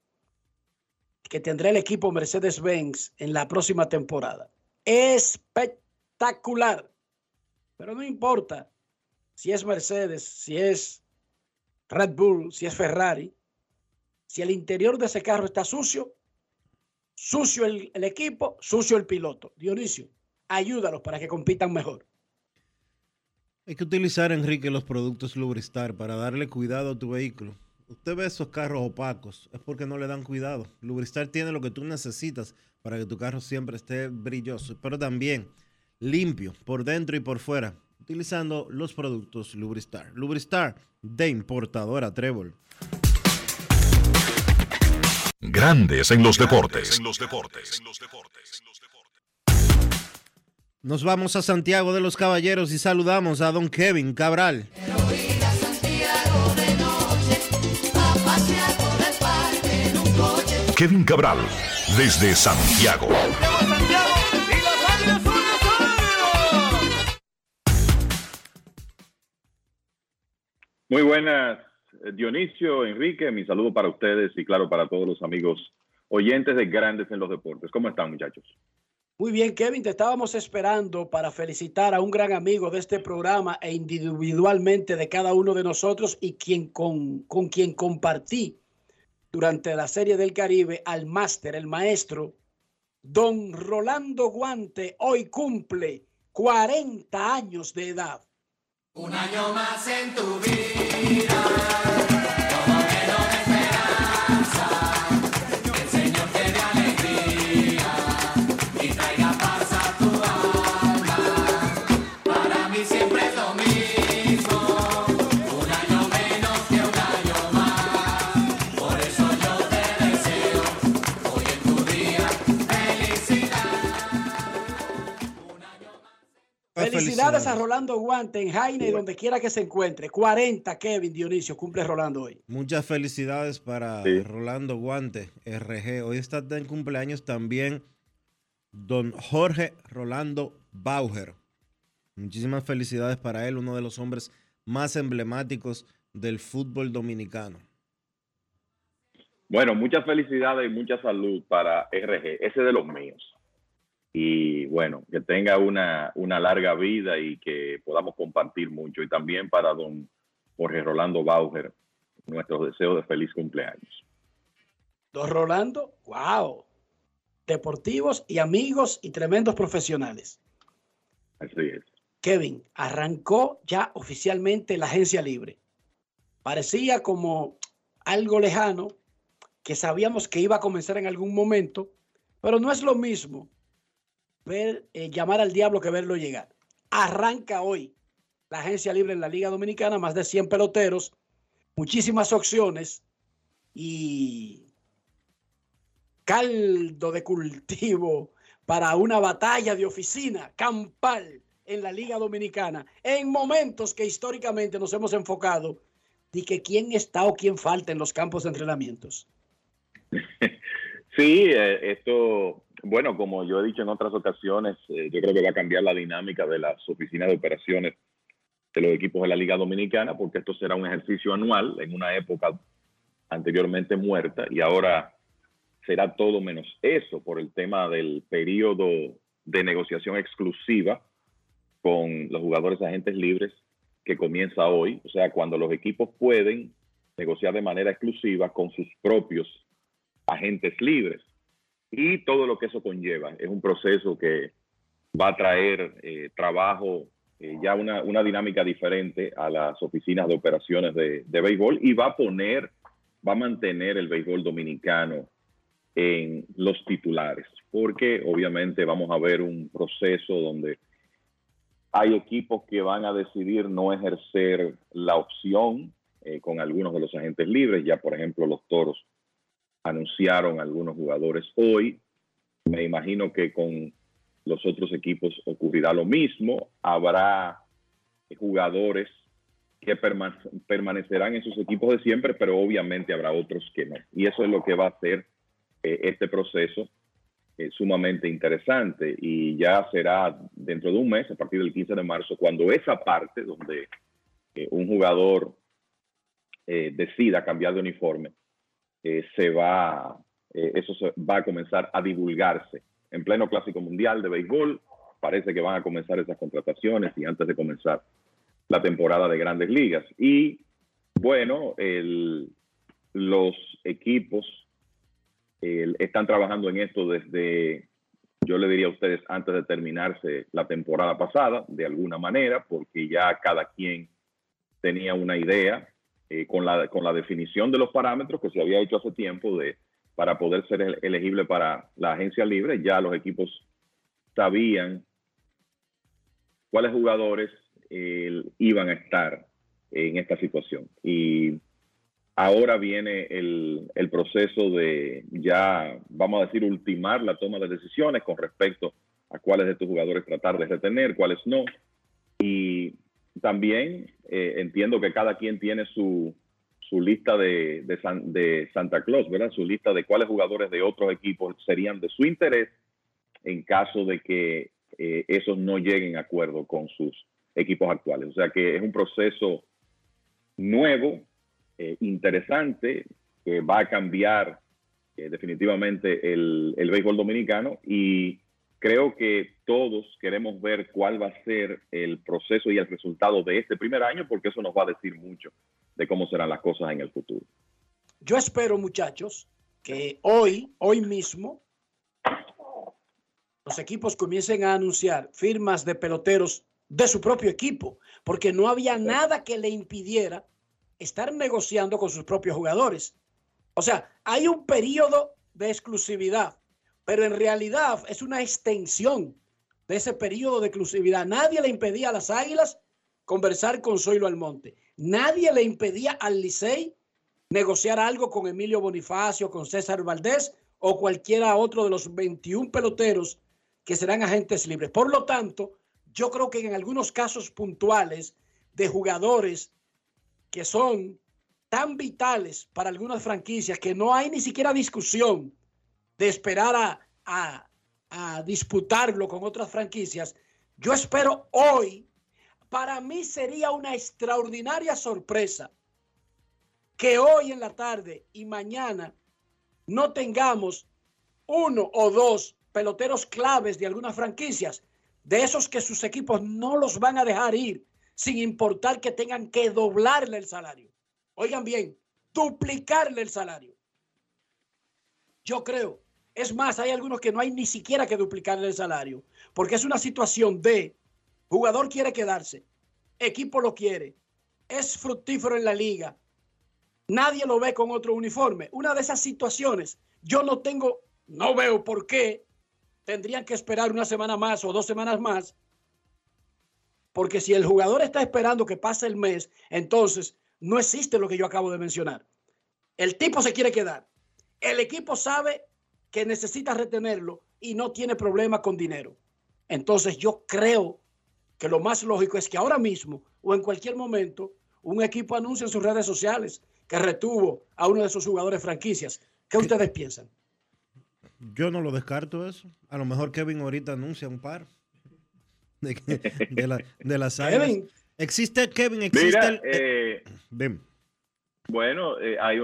el equipo Mercedes-Benz en la próxima temporada. Espectacular. Pero no importa si es Mercedes, si es Red Bull, si es Ferrari, si el interior de ese carro está sucio, sucio el equipo, sucio el piloto. Dionisio, ayúdalos para que compitan mejor. Hay que utilizar, Enrique, los productos Lubristar para darle cuidado a tu vehículo. Usted ve esos carros opacos, es porque no le dan cuidado. Lubristar tiene lo que tú necesitas para que tu carro siempre esté brilloso, pero también limpio por dentro y por fuera, utilizando los productos Lubristar. Lubristar de importadora Trébol. Grandes en los deportes. Nos vamos a Santiago de los Caballeros y saludamos a don Kevin Cabral. Kevin Cabral, desde Santiago. Muy buenas, Dionisio, Enrique, mi saludo para ustedes y claro para todos los amigos oyentes de Grandes en los Deportes. ¿Cómo están, muchachos? Muy bien, Kevin, te estábamos esperando para felicitar a un gran amigo de este programa e individualmente de cada uno de nosotros y con quien compartí durante la Serie del Caribe al máster, el maestro, don Rolando Guante, hoy cumple 40 años de edad. Un año más en tu vida, como lleno de esperanza, que el Señor te dé alegría y traiga paz a tu alma. Para mí siempre es lo mismo, un año menos que un año más. Por eso yo te deseo hoy en tu día felicidad. Felicidades a Rolando Guante en Jaina y donde quiera que se encuentre. 40, Kevin Dionisio, cumple Rolando hoy. Muchas felicidades para Rolando Guante, RG. Hoy está en cumpleaños también don Jorge Rolando Bauer. Muchísimas felicidades para él, uno de los hombres más emblemáticos del fútbol dominicano. Bueno, muchas felicidades y mucha salud para RG, ese de los míos. Y bueno, que tenga una larga vida y que podamos compartir mucho. Y también para don Jorge Rolando Bauer, nuestros deseos de feliz cumpleaños. Don Rolando, wow, deportivos y amigos y tremendos profesionales. Así es. Kevin, arrancó ya oficialmente la agencia libre. Parecía como algo lejano, que sabíamos que iba a comenzar en algún momento, pero no es lo mismo llamar al diablo que verlo llegar. Arranca hoy la agencia libre en la Liga Dominicana, más de 100 peloteros, muchísimas opciones y caldo de cultivo para una batalla de oficina campal en la Liga Dominicana, en momentos que históricamente nos hemos enfocado de que quién está o quién falta en los campos de entrenamientos. Sí, esto, bueno, como yo he dicho en otras ocasiones, yo creo que va a cambiar la dinámica de las oficinas de operaciones de los equipos de la Liga Dominicana, porque esto será un ejercicio anual en una época anteriormente muerta y ahora será todo menos eso por el tema del periodo de negociación exclusiva con los jugadores agentes libres que comienza hoy, o sea, cuando los equipos pueden negociar de manera exclusiva con sus propios agentes libres y todo lo que eso conlleva. Es un proceso que va a traer trabajo, ya una dinámica diferente a las oficinas de operaciones de béisbol y va a mantener el béisbol dominicano en los titulares, porque obviamente vamos a ver un proceso donde hay equipos que van a decidir no ejercer la opción con algunos de los agentes libres. Ya, por ejemplo, los Toros anunciaron algunos jugadores hoy. Me imagino que con los otros equipos ocurrirá lo mismo. Habrá jugadores que permanecerán en sus equipos de siempre, pero obviamente habrá otros que no. Y eso es lo que va a hacer este proceso sumamente interesante. Y ya será dentro de un mes, a partir del 15 de marzo, cuando esa parte donde un jugador decida cambiar de uniforme, eso va a comenzar a divulgarse en pleno Clásico Mundial de Béisbol. Parece que van a comenzar esas contrataciones y antes de comenzar la temporada de Grandes Ligas. Y bueno, los equipos están trabajando en esto desde, yo le diría a ustedes, antes de terminarse la temporada pasada, de alguna manera, porque ya cada quien tenía una idea con la definición de los parámetros que se había hecho hace tiempo para poder ser elegible para la agencia libre. Ya los equipos sabían cuáles jugadores iban a estar en esta situación. Y ahora viene el proceso de ya, vamos a decir, ultimar la toma de decisiones con respecto a cuáles de estos jugadores tratar de retener, cuáles no. Y también entiendo que cada quien tiene su lista de Santa Claus, ¿verdad? Su lista de cuáles jugadores de otros equipos serían de su interés en caso de que esos no lleguen a acuerdo con sus equipos actuales. O sea que es un proceso nuevo, interesante, que va a cambiar definitivamente el béisbol dominicano, y creo que todos queremos ver cuál va a ser el proceso y el resultado de este primer año, porque eso nos va a decir mucho de cómo serán las cosas en el futuro. Yo espero, muchachos, que hoy mismo, los equipos comiencen a anunciar firmas de peloteros de su propio equipo, porque no había nada que le impidiera estar negociando con sus propios jugadores. O sea, hay un periodo de exclusividad, pero en realidad es una extensión de ese periodo de exclusividad. Nadie le impedía a las Águilas conversar con Zoilo Almonte. Nadie le impedía al Licey negociar algo con Emilio Bonifacio, con César Valdés o cualquiera otro de los 21 peloteros que serán agentes libres. Por lo tanto, yo creo que en algunos casos puntuales de jugadores que son tan vitales para algunas franquicias que no hay ni siquiera discusión de esperar a disputarlo con otras franquicias, yo espero hoy, para mí sería una extraordinaria sorpresa que hoy en la tarde y mañana no tengamos uno o dos peloteros claves de algunas franquicias, de esos que sus equipos no los van a dejar ir, sin importar que tengan que doblarle el salario. Oigan bien, duplicarle el salario. Yo creo, es más, hay algunos que no hay ni siquiera que duplicarle el salario, porque es una situación de jugador quiere quedarse, equipo lo quiere, es fructífero en la liga, nadie lo ve con otro uniforme. Una de esas situaciones, yo no veo por qué tendrían que esperar una semana más o 2 semanas más, porque si el jugador está esperando que pase el mes, entonces no existe lo que yo acabo de mencionar. El tipo se quiere quedar. El equipo sabe que necesita retenerlo y no tiene problema con dinero. Entonces yo creo que lo más lógico es que ahora mismo o en cualquier momento un equipo anuncie en sus redes sociales que retuvo a uno de sus jugadores franquicias. ¿Qué ustedes piensan? Yo no lo descarto eso. A lo mejor Kevin ahorita anuncia un par de las Águilas. Existe, Kevin, existe. Mira, bueno, hay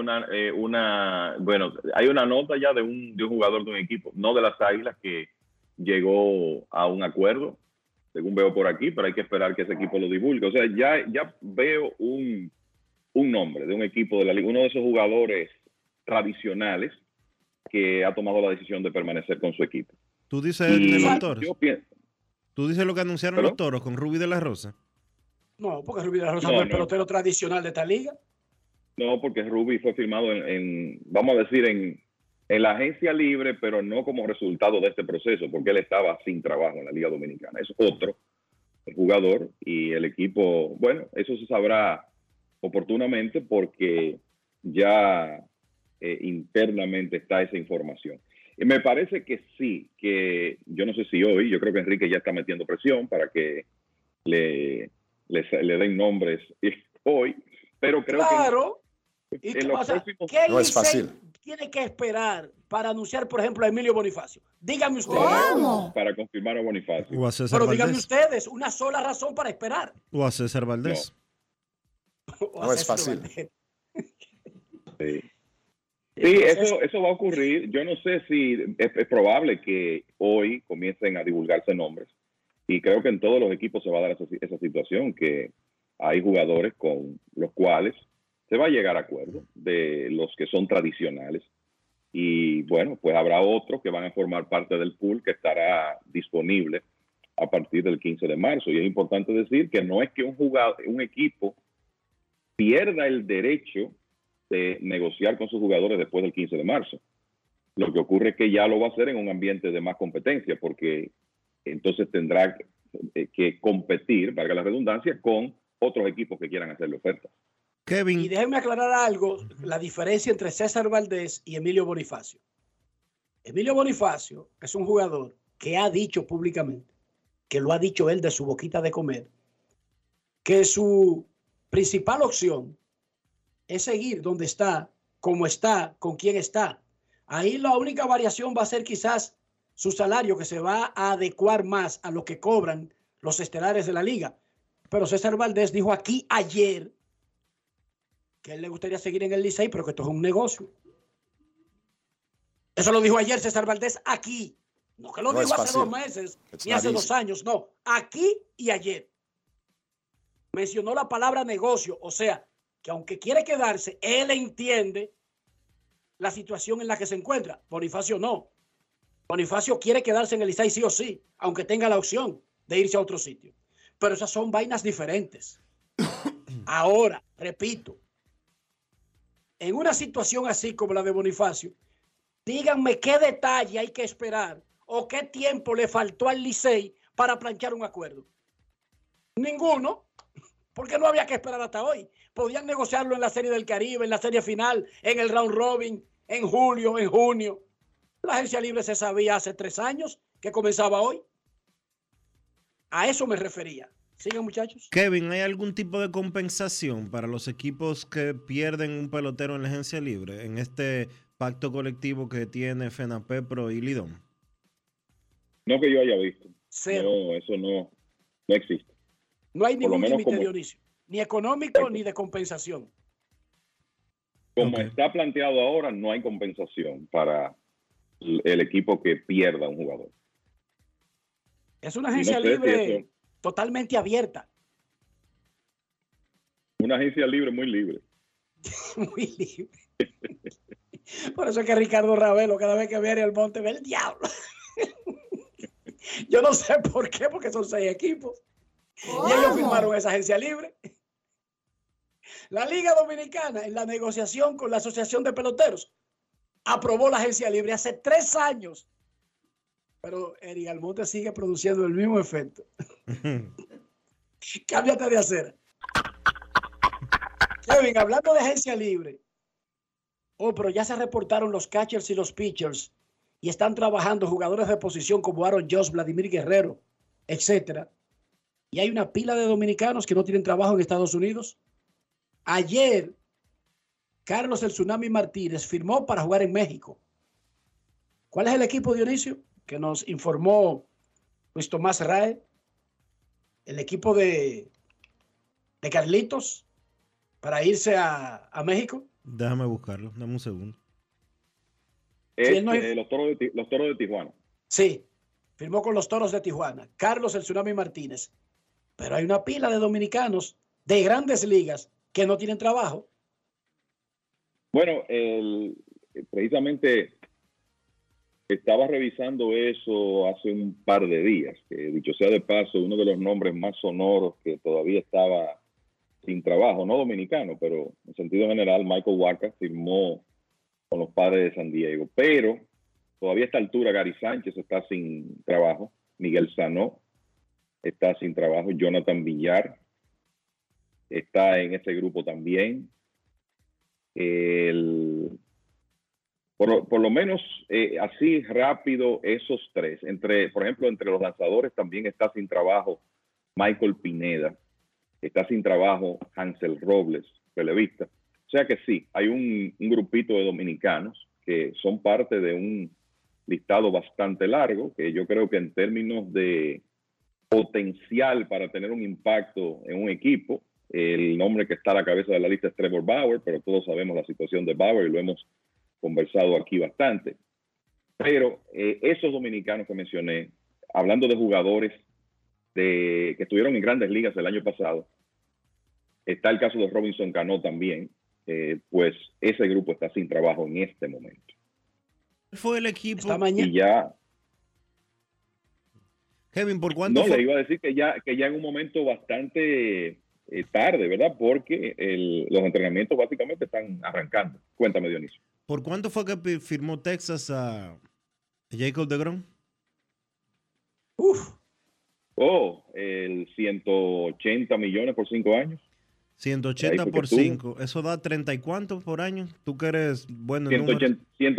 hay una nota ya de un jugador de un equipo, no de las Águilas, que llegó a un acuerdo, según veo por aquí, pero hay que esperar que ese equipo lo divulgue. O sea, ya veo un nombre de un equipo de la liga, uno de esos jugadores tradicionales que ha tomado la decisión de permanecer con su equipo. ¿Tú dices de los Toros? ¿Tú dices lo que anunciaron los Toros con Rubí de la Rosa? No, porque Rubí de la Rosa no es el pelotero tradicional de esta liga. No, porque Rubí fue firmado vamos a decir, en la agencia libre, pero no como resultado de este proceso, porque él estaba sin trabajo en la Liga Dominicana. Es otro jugador y el equipo, bueno, eso se sabrá oportunamente porque ya internamente está esa información. Y me parece que sí, que yo no sé si hoy, yo creo que Enrique ya está metiendo presión para que le den nombres hoy, pero creo que ¿qué no es fácil? Tiene que esperar para anunciar, por ejemplo, a Emilio Bonifacio. Díganme ustedes. Para confirmar a Bonifacio. O a César Pero Valdés. díganme ustedes una sola razón para esperar. O a César Valdés. No es fácil. Sí, eso va a ocurrir. Yo no sé si es probable que hoy comiencen a divulgarse nombres. Y creo que en todos los equipos se va a dar esa situación, que hay jugadores con los cuales se va a llegar a acuerdo de los que son tradicionales. Y bueno, pues habrá otros que van a formar parte del pool que estará disponible a partir del 15 de marzo. Y es importante decir que no es que un equipo pierda el derecho de negociar con sus jugadores después del 15 de marzo. Lo que ocurre es que ya lo va a hacer en un ambiente de más competencia, porque entonces tendrá que competir, valga la redundancia, con otros equipos que quieran hacerle ofertas. Y déjenme aclarar algo, la diferencia entre César Valdés y Emilio Bonifacio. Emilio Bonifacio es un jugador que ha dicho públicamente, que lo ha dicho él de su boquita de comer, que su principal opción es seguir donde está, como está, con quién está. Ahí la única variación va a ser quizás su salario, que se va a adecuar más a lo que cobran los estelares de la liga. Pero César Valdés dijo aquí ayer que a él le gustaría seguir en el Licey, pero que esto es un negocio. Eso lo dijo ayer César Valdés aquí. No que lo dijo hace 2 meses, ni hace 2 años. No, aquí y ayer. Mencionó la palabra negocio. O sea, que aunque quiere quedarse, él entiende la situación en la que se encuentra. Bonifacio no. Bonifacio quiere quedarse en el Licey sí o sí, aunque tenga la opción de irse a otro sitio. Pero esas son vainas diferentes. Ahora, repito, en una situación así como la de Bonifacio, díganme qué detalle hay que esperar o qué tiempo le faltó al Licey para planchar un acuerdo. Ninguno, porque no había que esperar hasta hoy. Podían negociarlo en la Serie del Caribe, en la serie final, en el round robin, en julio, en junio. La agencia libre se sabía hace 3 años que comenzaba hoy. A eso me refería. Sigan, muchachos. Kevin, ¿hay algún tipo de compensación para los equipos que pierden un pelotero en la agencia libre en este pacto colectivo que tiene FENAPEPRO y Lidom? No que yo haya visto. Cero. No, eso no existe. No hay ningún límite, como, Dionisio, ni económico ni de compensación. Como está planteado ahora, no hay compensación para el equipo que pierda un jugador. Es una agencia libre totalmente abierta. Una agencia libre, muy libre. Muy libre. Por eso es que Ricardo Ravelo cada vez que viene al monte ve el diablo. Yo no sé por qué, porque son 6 equipos. Y ellos firmaron esa agencia libre. La Liga Dominicana, en la negociación con la Asociación de Peloteros, aprobó la agencia libre hace 3 años. Pero Eric Almonte sigue produciendo el mismo efecto. Cámbiate de acera. Kevin, hablando de agencia libre. Pero ya se reportaron los catchers y los pitchers y están trabajando jugadores de posición como Aaron Judge, Vladimir Guerrero, etcétera. Y hay una pila de dominicanos que no tienen trabajo en Estados Unidos. Ayer, Carlos el Tsunami Martínez firmó para jugar en México. ¿Cuál es el equipo, Dionisio? Que nos informó Luis Tomás Rae. El equipo de Carlitos para irse a México. Déjame buscarlo, dame un segundo. Los Toros de Tijuana. Sí, firmó con los Toros de Tijuana. Carlos el Tsunami Martínez. Pero hay una pila de dominicanos de grandes ligas que no tienen trabajo. Bueno, precisamente estaba revisando eso hace un par de días, que dicho sea de paso, uno de los nombres más sonoros que todavía estaba sin trabajo, no dominicano, pero en sentido general, Michael Wacha firmó con los Padres de San Diego, pero todavía a esta altura Gary Sánchez está sin trabajo, Miguel Sanó está sin trabajo, Jonathan Villar está en ese grupo también. Por lo menos así rápido esos 3. Por ejemplo, entre los lanzadores también está sin trabajo Michael Pineda, está sin trabajo Hansel Robles, relevista. O sea que sí, hay un grupito de dominicanos que son parte de un listado bastante largo, que yo creo que en términos de potencial para tener un impacto en un equipo, el nombre que está a la cabeza de la lista es Trevor Bauer, pero todos sabemos la situación de Bauer y lo hemos conversado aquí bastante. Pero esos dominicanos que mencioné, hablando de jugadores que estuvieron en grandes ligas el año pasado, está el caso de Robinson Cano también, pues ese grupo está sin trabajo en este momento. ¿Fue el equipo? Y ya... Kevin, ¿por cuánto No, fue? le iba a decir que ya en un momento bastante tarde, ¿verdad? Porque los entrenamientos básicamente están arrancando. Cuéntame, Dionisio. ¿Por cuánto fue que firmó Texas a Jacob deGrom? El 180 millones por 5 años. 180 por 5. ¿Eso da 30 y cuánto por año? Tú que eres bueno en números.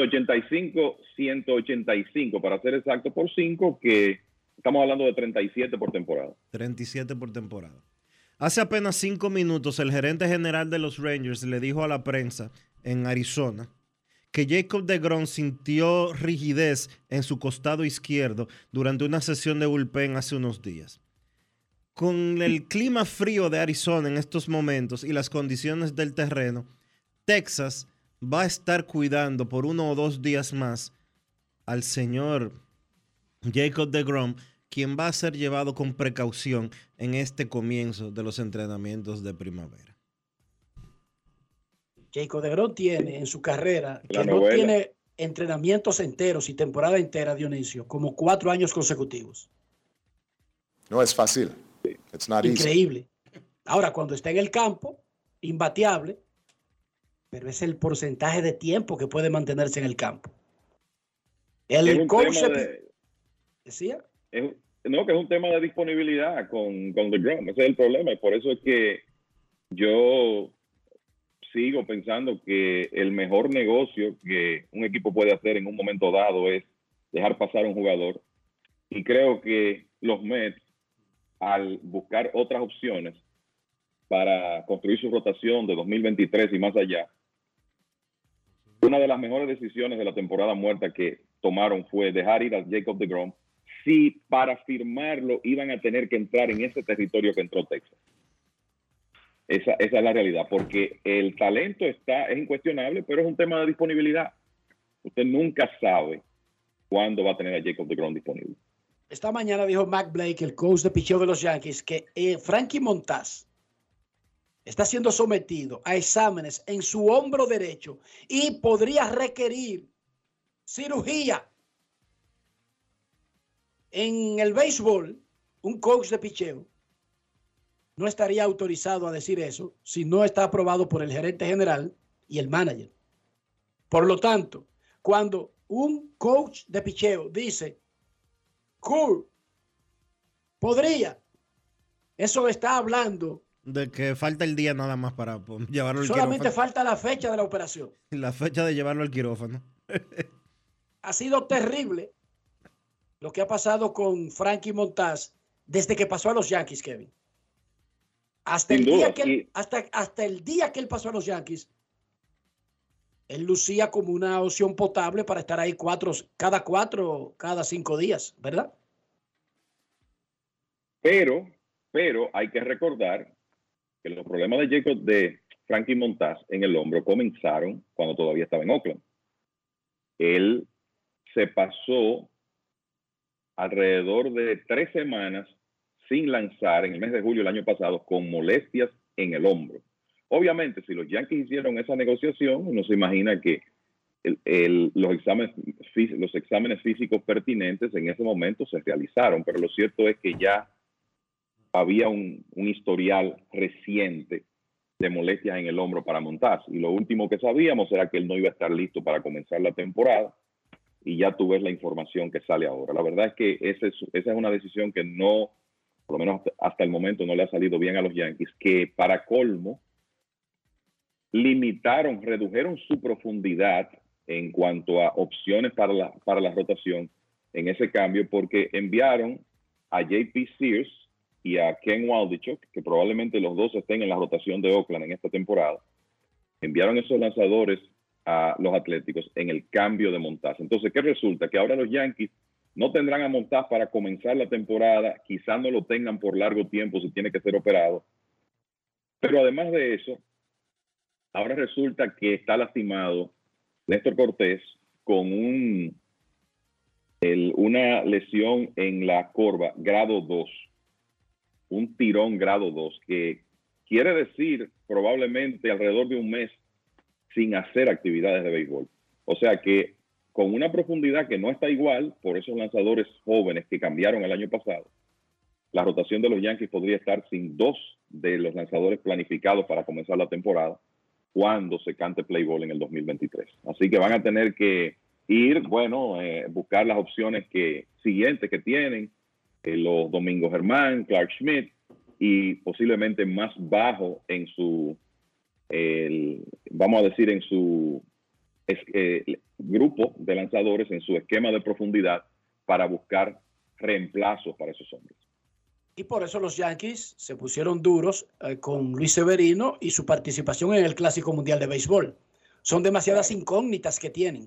185 para ser exacto por 5, que estamos hablando de 37 por temporada. 37 por temporada. Hace apenas 5 minutos el gerente general de los Rangers le dijo a la prensa en Arizona que Jacob deGrom sintió rigidez en su costado izquierdo durante una sesión de bullpen hace unos días. Con el clima frío de Arizona en estos momentos y las condiciones del terreno, Texas va a estar cuidando por 1 o 2 días más al señor Jacob deGrom, quien va a ser llevado con precaución en este comienzo de los entrenamientos de primavera. Jacob deGrom tiene en su carrera, La que no novela. tiene entrenamientos enteros y temporada entera, Dionisio, como 4 años consecutivos. No es fácil. It's not easy. Increíble. Ahora, cuando está en el campo, imbateable, pero es el porcentaje de tiempo que puede mantenerse en el campo. Es El un coach tema de- decía. que es un tema de disponibilidad con deGrom. Ese es el problema y por eso es que yo sigo pensando que el mejor negocio que un equipo puede hacer en un momento dado es dejar pasar a un jugador. Y creo que los Mets, al buscar otras opciones para construir su rotación de 2023 y más allá, una de las mejores decisiones de la temporada muerta que tomaron fue dejar ir a Jacob deGrom si para firmarlo iban a tener que entrar en ese territorio que entró Texas. Esa es la realidad, porque el talento es incuestionable, pero es un tema de disponibilidad. Usted nunca sabe cuándo va a tener a Jacob deGrom disponible. Esta mañana dijo Mac Blake, el coach de picheo de los Yankees, que Frankie Montas está siendo sometido a exámenes en su hombro derecho y podría requerir cirugía. En el béisbol, un coach de picheo no estaría autorizado a decir eso si no está aprobado por el gerente general y el manager. Por lo tanto, cuando un coach de picheo dice, cool, podría, eso está hablando, De que falta el día nada más para llevarlo al solamente quirófano. falta la fecha de la operación. La fecha de llevarlo al quirófano. Ha sido terrible lo que ha pasado con Frankie Montas desde que pasó a los Yankees, Kevin. Hasta Sin el día duda, que él, hasta el día que él pasó a los Yankees, él lucía como una opción potable para estar ahí cada 5 días, ¿verdad? Pero hay que recordar que los problemas de Frankie Montas en el hombro comenzaron cuando todavía estaba en Oakland. Él se pasó alrededor de 3 semanas sin lanzar en el mes de julio del año pasado con molestias en el hombro. Obviamente, si los Yankees hicieron esa negociación, uno se imagina que los exámenes físicos pertinentes en ese momento se realizaron, pero lo cierto es que ya había un historial reciente de molestias en el hombro para Montas. Y lo último que sabíamos era que él no iba a estar listo para comenzar la temporada. Y ya tú ves la información que sale ahora. La verdad es que esa es una decisión que no, por lo menos hasta el momento, no le ha salido bien a los Yankees, que para colmo redujeron su profundidad en cuanto a opciones para la rotación en ese cambio, porque enviaron a JP Sears y a Ken Waldichuk, que probablemente los dos estén en la rotación de Oakland en esta temporada. Enviaron esos lanzadores a los Atléticos en el cambio de Montas. Entonces, ¿qué resulta? Que ahora los Yankees no tendrán a Montas para comenzar la temporada, quizás no lo tengan por largo tiempo si tiene que ser operado. Pero además de eso, ahora resulta que está lastimado Néstor Cortés con una lesión en la corva grado 2, un tirón grado 2, que quiere decir probablemente alrededor de un mes sin hacer actividades de béisbol. O sea que con una profundidad que no está igual por esos lanzadores jóvenes que cambiaron el año pasado, la rotación de los Yankees podría estar sin 2 de los lanzadores planificados para comenzar la temporada cuando se cante play ball en el 2023. Así que van a tener que ir, buscar las opciones siguientes que tienen, los Domingo Germán, Clark Schmidt, y posiblemente más bajo en su, en su grupo de lanzadores, en su esquema de profundidad, para buscar reemplazos para esos hombres. Y por eso los Yankees se pusieron duros con Luis Severino y su participación en el Clásico Mundial de Béisbol. Son demasiadas incógnitas que tienen.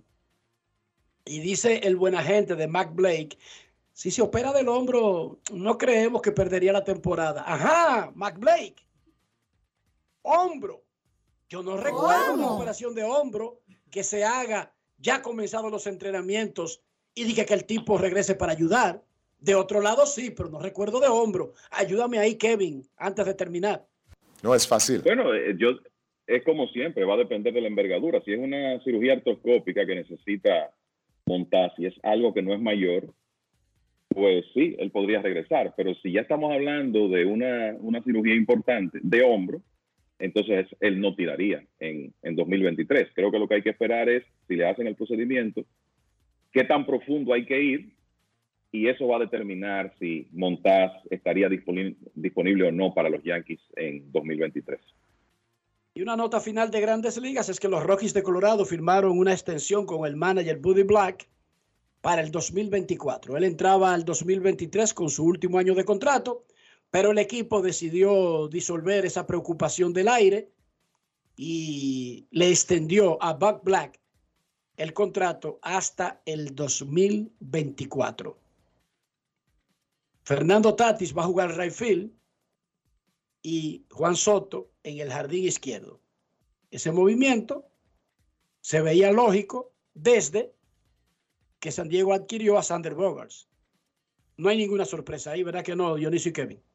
Y dice el buen agente de Mac Blake, si se opera del hombro, no creemos que perdería la temporada. Ajá, Mac Blake. Hombro. Yo no recuerdo una operación de hombro que se haga ya comenzados los entrenamientos y diga que el tipo regrese para ayudar. De otro lado sí, pero no recuerdo de hombro. Ayúdame ahí, Kevin, antes de terminar. No es fácil. Bueno, es como siempre, va a depender de la envergadura. Si es una cirugía artroscópica que necesita montar, si es algo que no es mayor, pues sí, él podría regresar. Pero si ya estamos hablando de una cirugía importante de hombro, entonces él no tiraría en 2023. Creo que lo que hay que esperar es, si le hacen el procedimiento, qué tan profundo hay que ir, y eso va a determinar si Montas estaría disponible o no para los Yankees en 2023. Y una nota final de Grandes Ligas es que los Rockies de Colorado firmaron una extensión con el manager Buddy Black para el 2024. Él entraba al 2023 con su último año de contrato, pero el equipo decidió disolver esa preocupación del aire y le extendió a Buck Black el contrato hasta el 2024. Fernando Tatis va a jugar right field y Juan Soto en el jardín izquierdo. Ese movimiento se veía lógico desde que San Diego adquirió a Xander Bogaerts. No hay ninguna sorpresa ahí, ¿verdad que no, Dionisio y Kevin?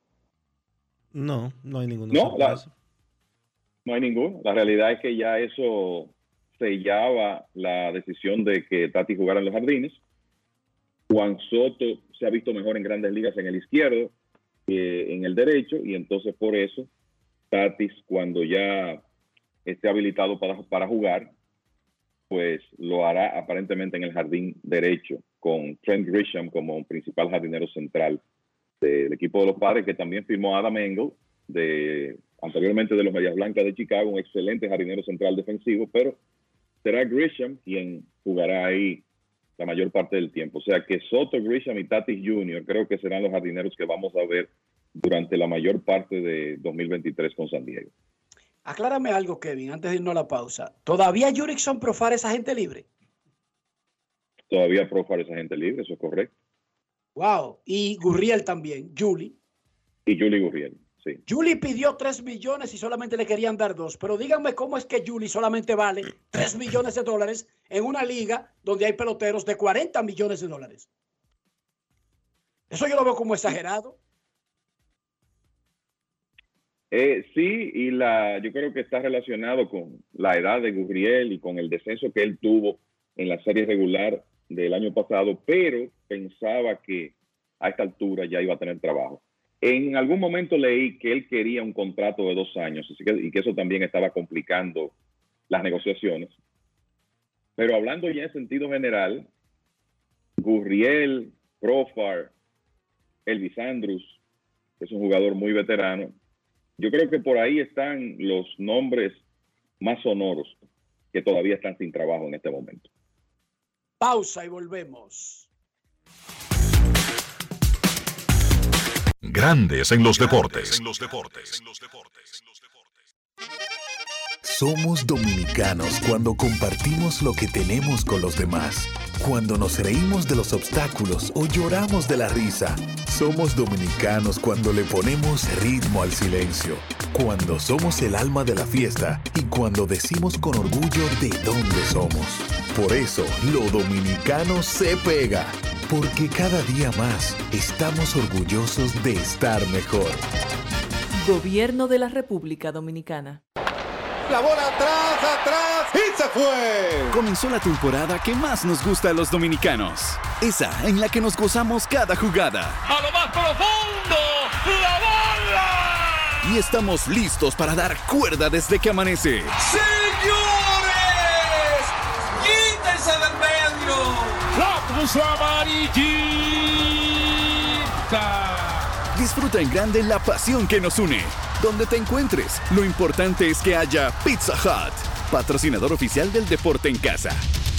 No hay ninguna sorpresa. No hay ninguna. La realidad es que ya eso sellaba la decisión de que Tatis jugara en los jardines. Juan Soto se ha visto mejor en Grandes Ligas en el izquierdo que en el derecho, y entonces por eso Tatis, cuando ya esté habilitado para jugar, pues lo hará aparentemente en el jardín derecho, con Trent Grisham como principal jardinero central del equipo de los Padres, que también firmó a Adam Engel, anteriormente de los Medias Blancas de Chicago, un excelente jardinero central defensivo, pero será Grisham quien jugará ahí la mayor parte del tiempo. O sea que Soto, Grisham y Tatis Jr. creo que serán los jardineros que vamos a ver durante la mayor parte de 2023 con San Diego. Aclárame algo, Kevin, antes de irnos a la pausa. ¿Todavía Jurickson Profar es agente libre? Todavía Profar es agente libre, eso es correcto. Wow. Y Gurriel también, Julie. Y Julie Gurriel, sí. Julie pidió 3 millones y solamente le querían dar 2. Pero díganme cómo es que Julie solamente vale 3 millones de dólares en una liga donde hay peloteros de 40 millones de dólares. Eso yo lo veo como exagerado. Sí, y yo creo que está relacionado con la edad de Gurriel y con el descenso que él tuvo en la serie regular del año pasado, pero pensaba que a esta altura ya iba a tener trabajo. En algún momento leí que él quería un contrato de 2 años y que eso también estaba complicando las negociaciones. Pero hablando ya en sentido general, Gurriel, Profar, Elvis Andrus, que es un jugador muy veterano, yo creo que por ahí están los nombres más sonoros que todavía están sin trabajo en este momento. Pausa y volvemos. Grandes en los deportes. Somos dominicanos cuando compartimos lo que tenemos con los demás. Cuando nos reímos de los obstáculos o lloramos de la risa. Somos dominicanos cuando le ponemos ritmo al silencio. Cuando somos el alma de la fiesta y cuando decimos con orgullo de dónde somos. Por eso, lo dominicano se pega. Porque cada día más estamos orgullosos de estar mejor. Gobierno de la República Dominicana. La bola atrás, ¡Y se fue! Comenzó la temporada que más nos gusta a los dominicanos. Esa en la que nos gozamos cada jugada. ¡A lo más profundo! ¡La bola! Y estamos listos para dar cuerda desde que amanece. ¡Señores! ¡Quítense del medio! ¡La puso amarillita! Disfruta en grande la pasión que nos une. Donde te encuentres, lo importante es que haya Pizza Hut, patrocinador oficial del deporte en casa.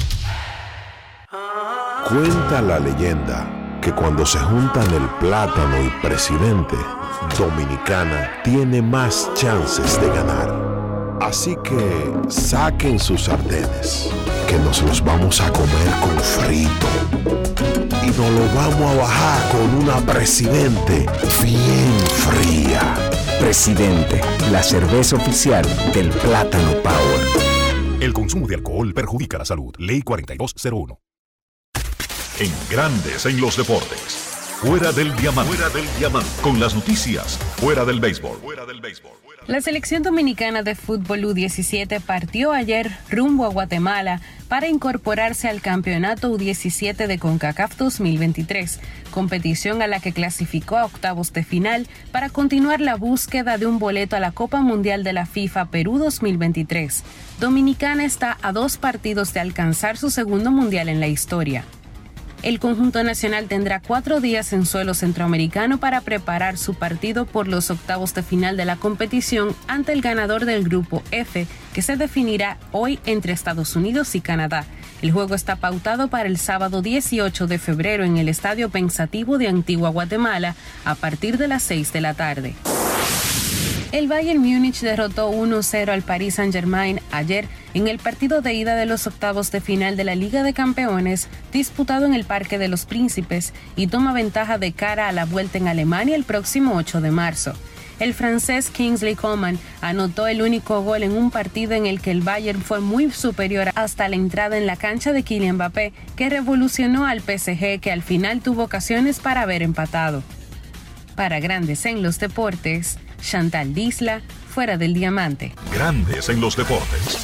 Cuenta la leyenda que cuando se juntan el plátano y presidente, Dominicana tiene más chances de ganar. Así que saquen sus sartenes, que nos los vamos a comer con frito. Y nos lo vamos a bajar con una presidente bien fría. Presidente, la cerveza oficial del Plátano Power. El consumo de alcohol perjudica la salud. Ley 4201. En Grandes en los Deportes. Fuera del diamante. Fuera del diamante. Con las noticias. Fuera del béisbol. Fuera del béisbol. La selección dominicana de fútbol U17 partió ayer rumbo a Guatemala para incorporarse al campeonato U17 de CONCACAF 2023, competición a la que clasificó a octavos de final para continuar la búsqueda de un boleto a la Copa Mundial de la FIFA Perú 2023. Dominicana está a 2 partidos de alcanzar su segundo mundial en la historia. El conjunto nacional tendrá 4 días en suelo centroamericano para preparar su partido por los octavos de final de la competición ante el ganador del grupo F, que se definirá hoy entre Estados Unidos y Canadá. El juego está pautado para el sábado 18 de febrero en el Estadio Pensativo de Antigua Guatemala a partir de las 6 de la tarde. El Bayern Múnich derrotó 1-0 al Paris Saint-Germain ayer en el partido de ida de los octavos de final de la Liga de Campeones, disputado en el Parque de los Príncipes, y toma ventaja de cara a la vuelta en Alemania el próximo 8 de marzo. El francés Kingsley Coman anotó el único gol en un partido en el que el Bayern fue muy superior hasta la entrada en la cancha de Kylian Mbappé, que revolucionó al PSG, que al final tuvo ocasiones para haber empatado. Para Grandes en los Deportes, Chantal Disla, Fuera del Diamante. Grandes en los Deportes.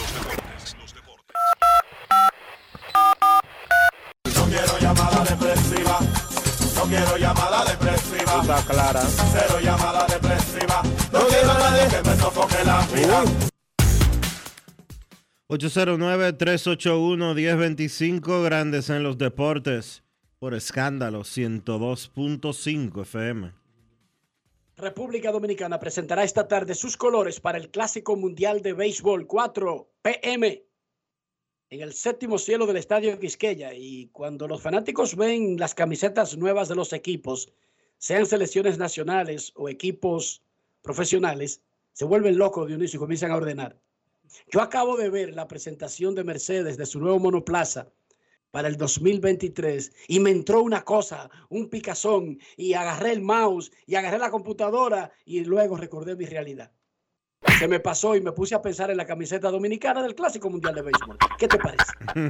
No quiero llamada depresiva. No quiero llamada depresiva. Está clara. Cero llamada depresiva. No quiero a nadie que me sofoque la vida. 809-381-1025, Grandes en los Deportes, por Escándalo 102.5 FM. República Dominicana presentará esta tarde sus colores para el Clásico Mundial de Béisbol, 4 p.m. en el séptimo cielo del Estadio Quisqueya. Y cuando los fanáticos ven las camisetas nuevas de los equipos, sean selecciones nacionales o equipos profesionales, se vuelven locos, Dionisio, y comienzan a ordenar. Yo acabo de ver la presentación de Mercedes de su nuevo monoplaza para el 2023 y me entró una cosa, un picazón, y agarré el mouse y agarré la computadora y luego recordé mi realidad. Se me pasó y me puse a pensar en la camiseta dominicana del Clásico Mundial de Béisbol. ¿Qué te parece?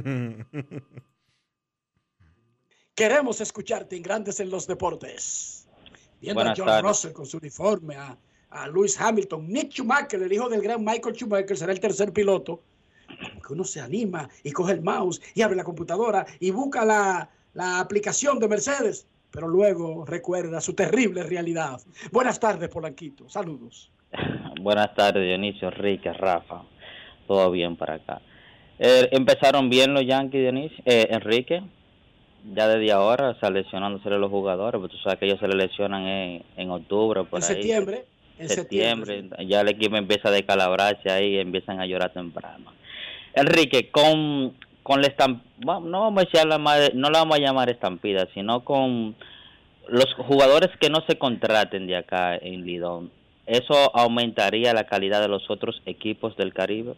Queremos escucharte en Grandes en los Deportes. Viendo a George Russell con su uniforme, a Lewis Hamilton, Nick Schumacher, el hijo del gran Michael Schumacher, será el tercer piloto. Como que uno se anima y coge el mouse y abre la computadora y busca la aplicación de Mercedes, pero luego recuerda su terrible realidad. Buenas tardes, Polanquito. Saludos. Buenas tardes, Dionisio, Enrique, Rafa. Todo bien para acá. Empezaron bien los Yankees, Dionisio, Enrique. Ya desde ahora, lesionándose los jugadores, porque tú sabes que ellos se le lesionan en octubre. Por en ahí. septiembre. En septiembre. Ya el equipo empieza a descalabrarse ahí y empiezan a llorar temprano. Enrique, con la estampida, no vamos a llamar estampida, sino con los jugadores que no se contraten de acá en Lidón, ¿eso aumentaría la calidad de los otros equipos del Caribe?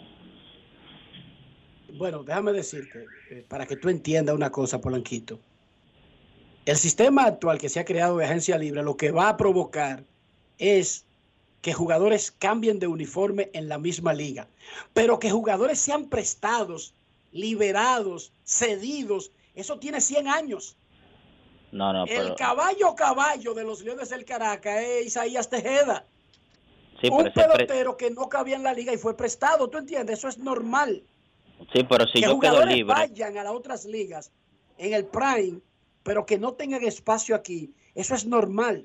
Bueno, déjame decirte, para que tú entiendas una cosa, Polanquito. El sistema actual que se ha creado de agencia libre lo que va a provocar es que jugadores cambien de uniforme en la misma liga, pero que jugadores sean prestados, liberados, cedidos, eso tiene 100 años. No, pero... El caballo de los Leones del Caracas es Isaías Tejeda. Sí, un pelotero que no cabía en la liga y fue prestado, ¿tú entiendes? Eso es normal. Sí, pero si que yo quedo jugadores libre. vayan a las otras ligas en el prime, pero que no tengan espacio aquí, eso es normal.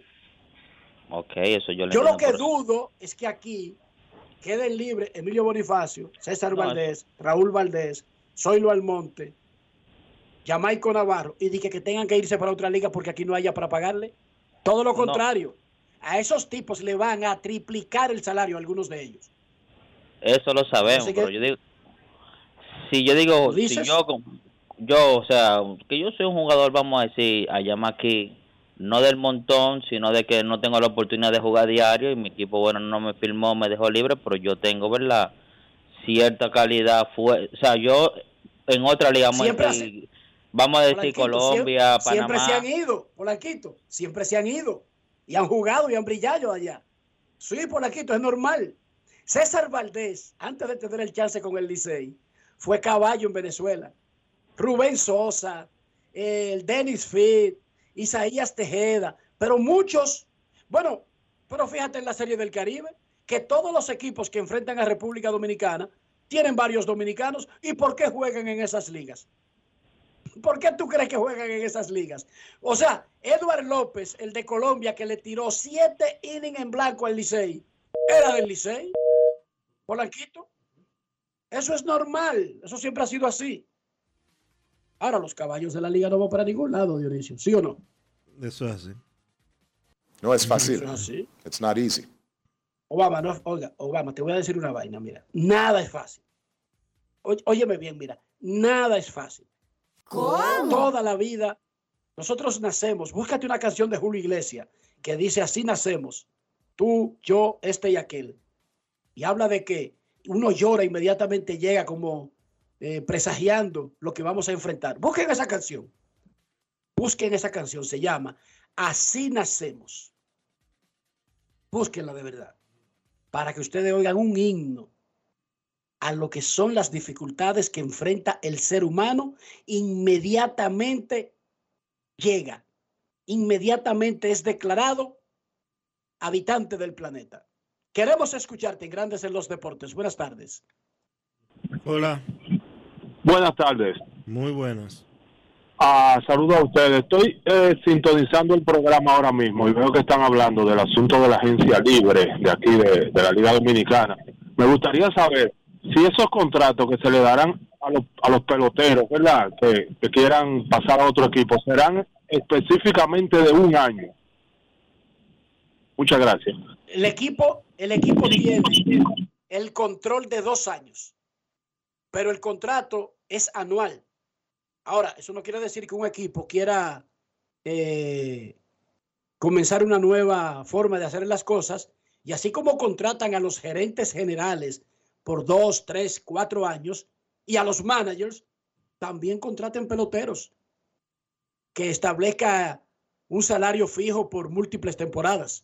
Ok, eso yo lo Yo lo entiendo, que pero- dudo es que aquí queden libres Emilio Bonifacio, César No, Valdés, Raúl Valdés, Zoilo Almonte, Jamaico Navarro, y dije que tengan que irse para otra liga porque aquí no haya para pagarle. Todo lo No. contrario. A esos tipos le van a triplicar el salario a algunos de ellos. Eso lo sabemos, Así que- pero yo digo, si yo digo, si ¿Dices? yo, o sea, que yo soy un jugador, vamos a decir, a llamar aquí, no del montón, sino de que no tengo la oportunidad de jugar diario y mi equipo, bueno, no me firmó, me dejó libre, pero yo tengo, ¿verdad? Cierta calidad, o sea, yo en otra liga, vamos a decir Polanquito, Colombia, siempre se Panamá. han ido, Polanquito, siempre se han ido y han jugado y han brillado allá. Sí, Polanquito, es normal. César Valdés, antes de tener el chance con el Licey, fue caballo en Venezuela. Rubén Sosa, el Dennis Fit, Isaías Tejeda, pero muchos, bueno, pero fíjate en la Serie del Caribe, que todos los equipos que enfrentan a República Dominicana tienen varios dominicanos. ¿Y por qué juegan en esas ligas? ¿Por qué tú crees que juegan en esas ligas? O sea, Eduard López, el de Colombia, que le tiró 7 innings en blanco al Licey, era del Licey. Polanquito. Eso es normal. Eso siempre ha sido así. Ahora los caballos de la liga no van para ningún lado, Dionisio. ¿Sí o no? Eso es así. No es fácil. Eso es así. It's not easy. Obama, no, oiga, Obama, te voy a decir una vaina, mira. Nada es fácil. Óyeme bien, mira. Nada es fácil. ¿Cómo? Toda la vida, nosotros nacemos. Búscate una canción de Julio Iglesias que dice así nacemos. Tú, yo, este y aquel. Y habla de que uno llora inmediatamente, llega como presagiando lo que vamos a enfrentar. Busquen esa canción. Busquen esa canción. Se llama Así nacemos. Búsquenla de verdad. Para que ustedes oigan un himno a lo que son las dificultades que enfrenta el ser humano, inmediatamente llega, inmediatamente es declarado habitante del planeta. Queremos escucharte en Grandes en los Deportes. Buenas tardes. Hola. Buenas tardes. Muy buenas. Saludos a ustedes. Estoy sintonizando el programa ahora mismo y veo que están hablando del asunto de la agencia libre de aquí de la Liga Dominicana. Me gustaría saber si esos contratos que se le darán a los peloteros, ¿verdad? Que quieran pasar a otro equipo, serán específicamente de un año. Muchas gracias. El equipo tiene el control de 2 años, pero el contrato es anual. Ahora, eso no quiere decir que un equipo quiera comenzar una nueva forma de hacer las cosas, y así como contratan a los gerentes generales por 2, 3, 4 años, y a los managers, también contraten peloteros que establezca un salario fijo por múltiples temporadas.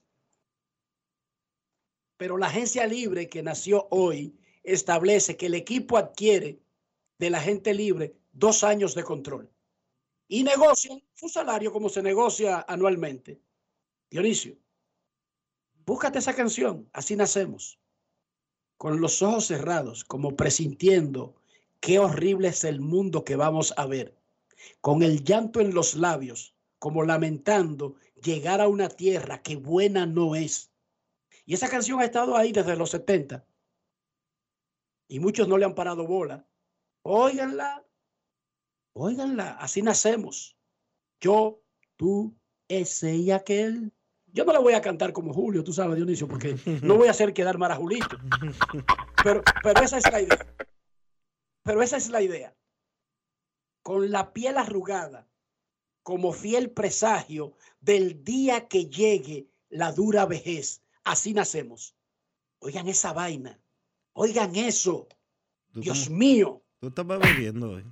Pero la agencia libre que nació hoy establece que el equipo adquiere del agente libre 2 años de control y negocian su salario como se negocia anualmente. Dionisio, búscate esa canción, Así nacemos, con los ojos cerrados, como presintiendo qué horrible es el mundo que vamos a ver, con el llanto en los labios, como lamentando llegar a una tierra que buena no es. Y esa canción ha estado ahí desde los 70 y muchos no le han parado bola. Óiganla, Así nacemos. Yo, tú, ese y aquel. Yo no la voy a cantar como Julio, tú sabes, Dionisio, porque no voy a hacer quedar mal a Julito. Pero esa es la idea. Pero esa es la idea. Con la piel arrugada, como fiel presagio del día que llegue la dura vejez. Así nacemos. Oigan esa vaina. Oigan eso. Dios mío. Tú estabas bebiendo hoy.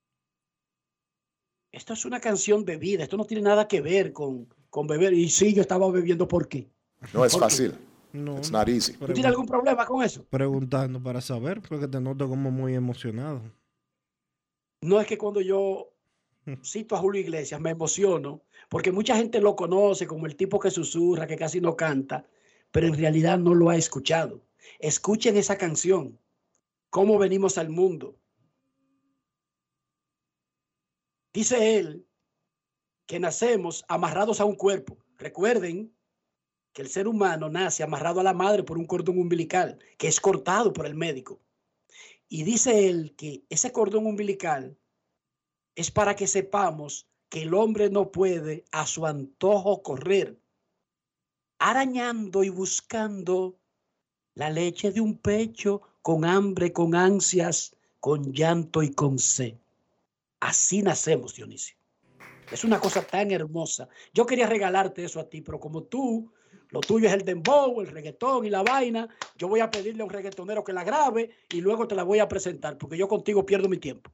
Esto es una canción de vida. Esto no tiene nada que ver con beber. Y sí, yo estaba bebiendo. ¿Por qué? No es ¿Por qué? fácil. No, It's not easy. ¿Tú tienes algún problema con eso? Preguntando para saber, porque te noto como muy emocionado. No, es que cuando yo cito a Julio Iglesias me emociono, porque mucha gente lo conoce como el tipo que susurra, que casi no canta, pero en realidad no lo ha escuchado. Escuchen esa canción, Cómo venimos al mundo. Dice él que nacemos amarrados a un cuerpo. Recuerden que el ser humano nace amarrado a la madre por un cordón umbilical que es cortado por el médico. Y dice él que ese cordón umbilical es para que sepamos que el hombre no puede a su antojo correr, arañando y buscando la leche de un pecho con hambre, con ansias, con llanto y con sed. Así nacemos, Dionisio. Es una cosa tan hermosa. Yo quería regalarte eso a ti, pero como tú, lo tuyo es el dembow, el reggaetón y la vaina, yo voy a pedirle a un reggaetonero que la grabe y luego te la voy a presentar, porque yo contigo pierdo mi tiempo.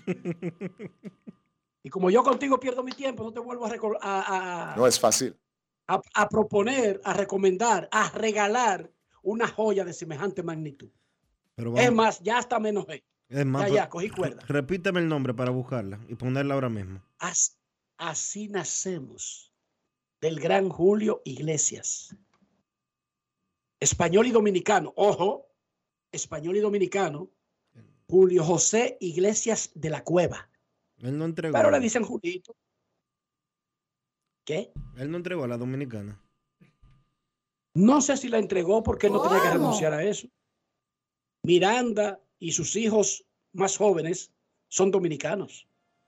Y como yo contigo pierdo mi tiempo, no te vuelvo No es fácil. A proponer, a recomendar, a regalar una joya de semejante magnitud. Pero es más, ya hasta me enojé. Es más, ya, cogí cuerda. Repíteme el nombre para buscarla y ponerla ahora mismo. Así nacemos, del gran Julio Iglesias. Español y dominicano. Ojo, español y dominicano. Julio José Iglesias de la Cueva. Él no entregó. Pero le dicen Julito. ¿Qué? Él no entregó a la dominicana. No sé si la entregó porque él no tenía que renunciar a eso. Miranda y sus hijos más jóvenes son dominicanos.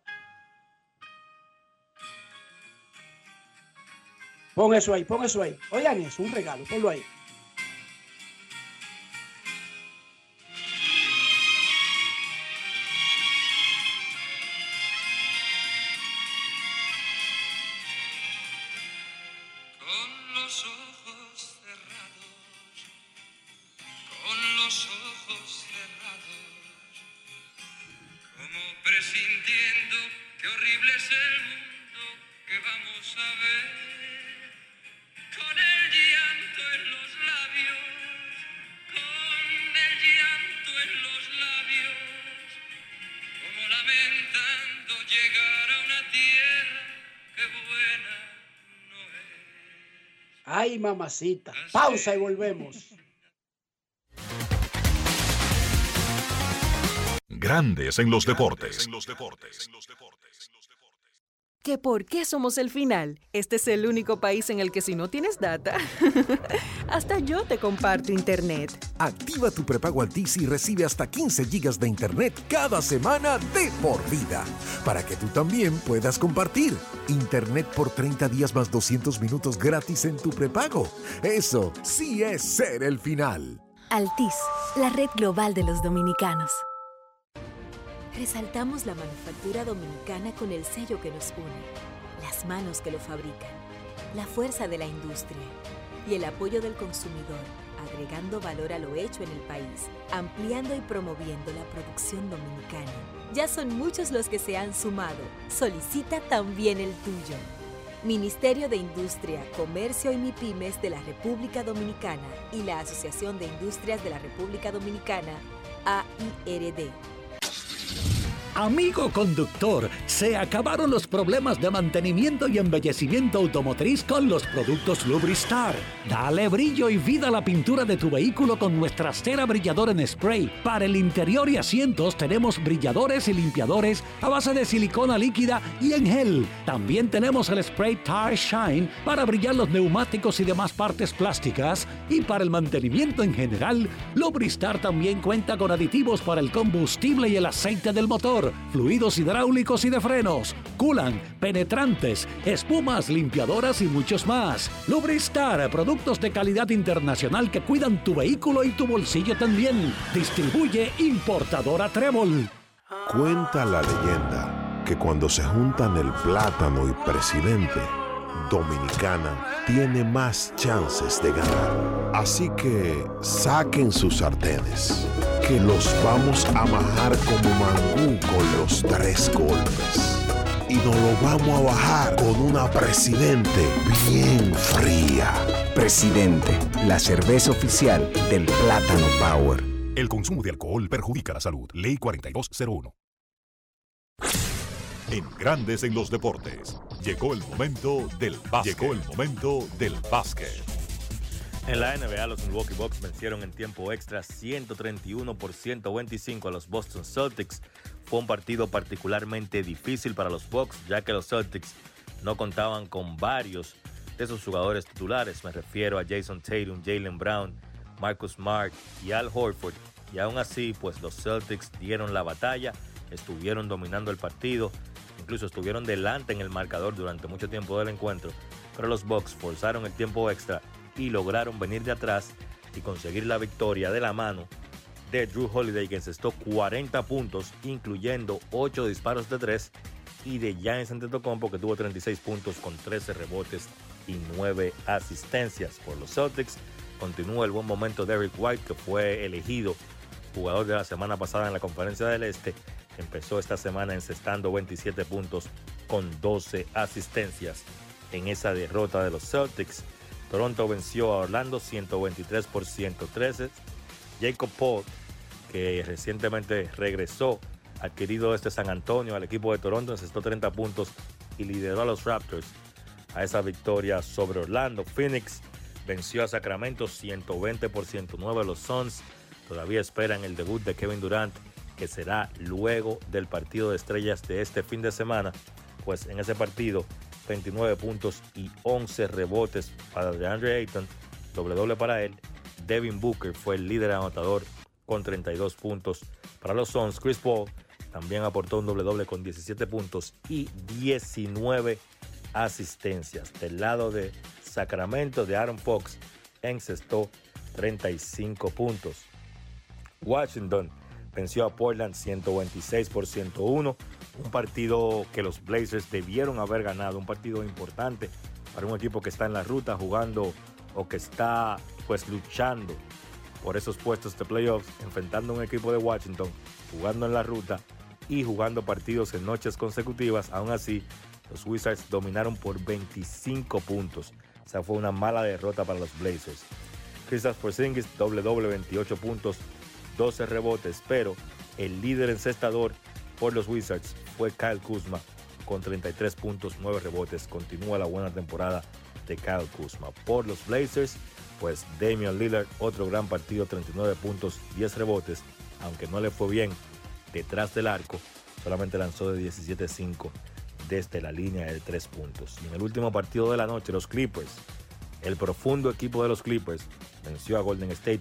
Pon eso ahí, pon eso ahí. Oigan eso, un regalo, ponlo ahí. Presintiendo qué horrible es el mundo que vamos a ver, con el llanto en los labios, con el llanto en los labios, como lamentando llegar a una tierra que buena no es. Ay, mamacita. Pausa y volvemos. Grandes en los deportes. ¿Que por qué somos el final? Este es el único país en el que si no tienes data, hasta yo te comparto internet. Activa tu prepago Altis y recibe hasta 15 gigas de internet cada semana de por vida. Para que tú también puedas compartir. Internet por 30 días más 200 minutos gratis en tu prepago. Eso sí es ser el final. Altis, la red global de los dominicanos. Resaltamos la manufactura dominicana con el sello que nos une, las manos que lo fabrican, la fuerza de la industria y el apoyo del consumidor, agregando valor a lo hecho en el país, ampliando y promoviendo la producción dominicana. Ya son muchos los que se han sumado. Solicita también el tuyo. Ministerio de Industria, Comercio y MIPYMES de la República Dominicana y la Asociación de Industrias de la República Dominicana, AIRD. Amigo conductor, se acabaron los problemas de mantenimiento y embellecimiento automotriz con los productos Lubristar. Dale brillo y vida a la pintura de tu vehículo con nuestra cera brilladora en spray. Para el interior y asientos tenemos brilladores y limpiadores a base de silicona líquida y en gel. También tenemos el spray Tire Shine para brillar los neumáticos y demás partes plásticas. Y para el mantenimiento en general, Lubristar también cuenta con aditivos para el combustible y el aceite del motor, fluidos hidráulicos y de frenos, culan, penetrantes, espumas, limpiadoras y muchos más. Lubristar, productos de calidad internacional que cuidan tu vehículo y tu bolsillo también. Distribuye importadora Trébol. Cuenta la leyenda que cuando se juntan el plátano y presidente, Dominicana tiene más chances de ganar. Así que saquen sus sartenes, que los vamos a majar como mangú con los 3 golpes. Y nos lo vamos a bajar con una Presidente bien fría. Presidente, la cerveza oficial del Plátano Power. El consumo de alcohol perjudica la salud. Ley 4201. En Grandes en los deportes, llegó el momento del básquet. En la NBA, los Milwaukee Bucks vencieron en tiempo extra 131-125 a los Boston Celtics. fue un partido particularmente difícil para los Bucks, ya que los Celtics no contaban con varios de sus jugadores titulares. Me refiero a Jason Tatum, Jaylen Brown, Marcus Smart y Al Horford. Y aún así, pues los Celtics dieron la batalla, estuvieron dominando el partido, incluso estuvieron delante en el marcador durante mucho tiempo del encuentro, pero los Bucks forzaron el tiempo extra y lograron venir de atrás y conseguir la victoria de la mano de Jrue Holiday, que encestó 40 puntos, incluyendo 8 disparos de 3, y de Giannis Antetokounmpo, que tuvo 36 puntos con 13 rebotes y 9 asistencias. Por los Celtics continúa el buen momento de Derrick White, que fue elegido jugador de la semana pasada en la Conferencia del Este. Empezó esta semana encestando 27 puntos con 12 asistencias en esa derrota de los Celtics. Toronto venció a Orlando 123 por 113. Jacob Poeltl, que recientemente regresó adquirido desde San Antonio al equipo de Toronto, encestó 30 puntos y lideró a los Raptors a esa victoria sobre Orlando. Phoenix venció a Sacramento 120 por 109. Los Suns todavía esperan el debut de Kevin Durant, que será luego del partido de estrellas de este fin de semana, pues en ese partido 29 puntos y 11 rebotes para DeAndre Ayton, doble para él. Devin Booker fue el líder anotador con 32 puntos para los Suns. Chris Paul también aportó un doble con 17 puntos y 19 asistencias. Del lado de Sacramento, de Aaron Fox encestó 35 puntos. Washington venció a Portland 126 por 101. Un partido que los Blazers debieron haber ganado, un partido importante para un equipo que está en la ruta jugando o que está pues luchando por esos puestos de playoffs, enfrentando a un equipo de Washington, jugando en la ruta y jugando partidos en noches consecutivas. Aún así, los Wizards dominaron por 25 puntos. O sea, fue una mala derrota para los Blazers. Kristaps Porzingis, doble, 28 puntos, 12 rebotes, pero el líder encestador por los Wizards fue Kyle Kuzma con 33 puntos, 9 rebotes. Continúa la buena temporada de Kyle Kuzma. Por los Blazers, pues Damian Lillard, otro gran partido, 39 puntos, 10 rebotes, aunque no le fue bien detrás del arco, solamente lanzó de 17-5 desde la línea de 3 puntos. Y en el último partido de la noche, los Clippers, el profundo equipo de los Clippers, venció a Golden State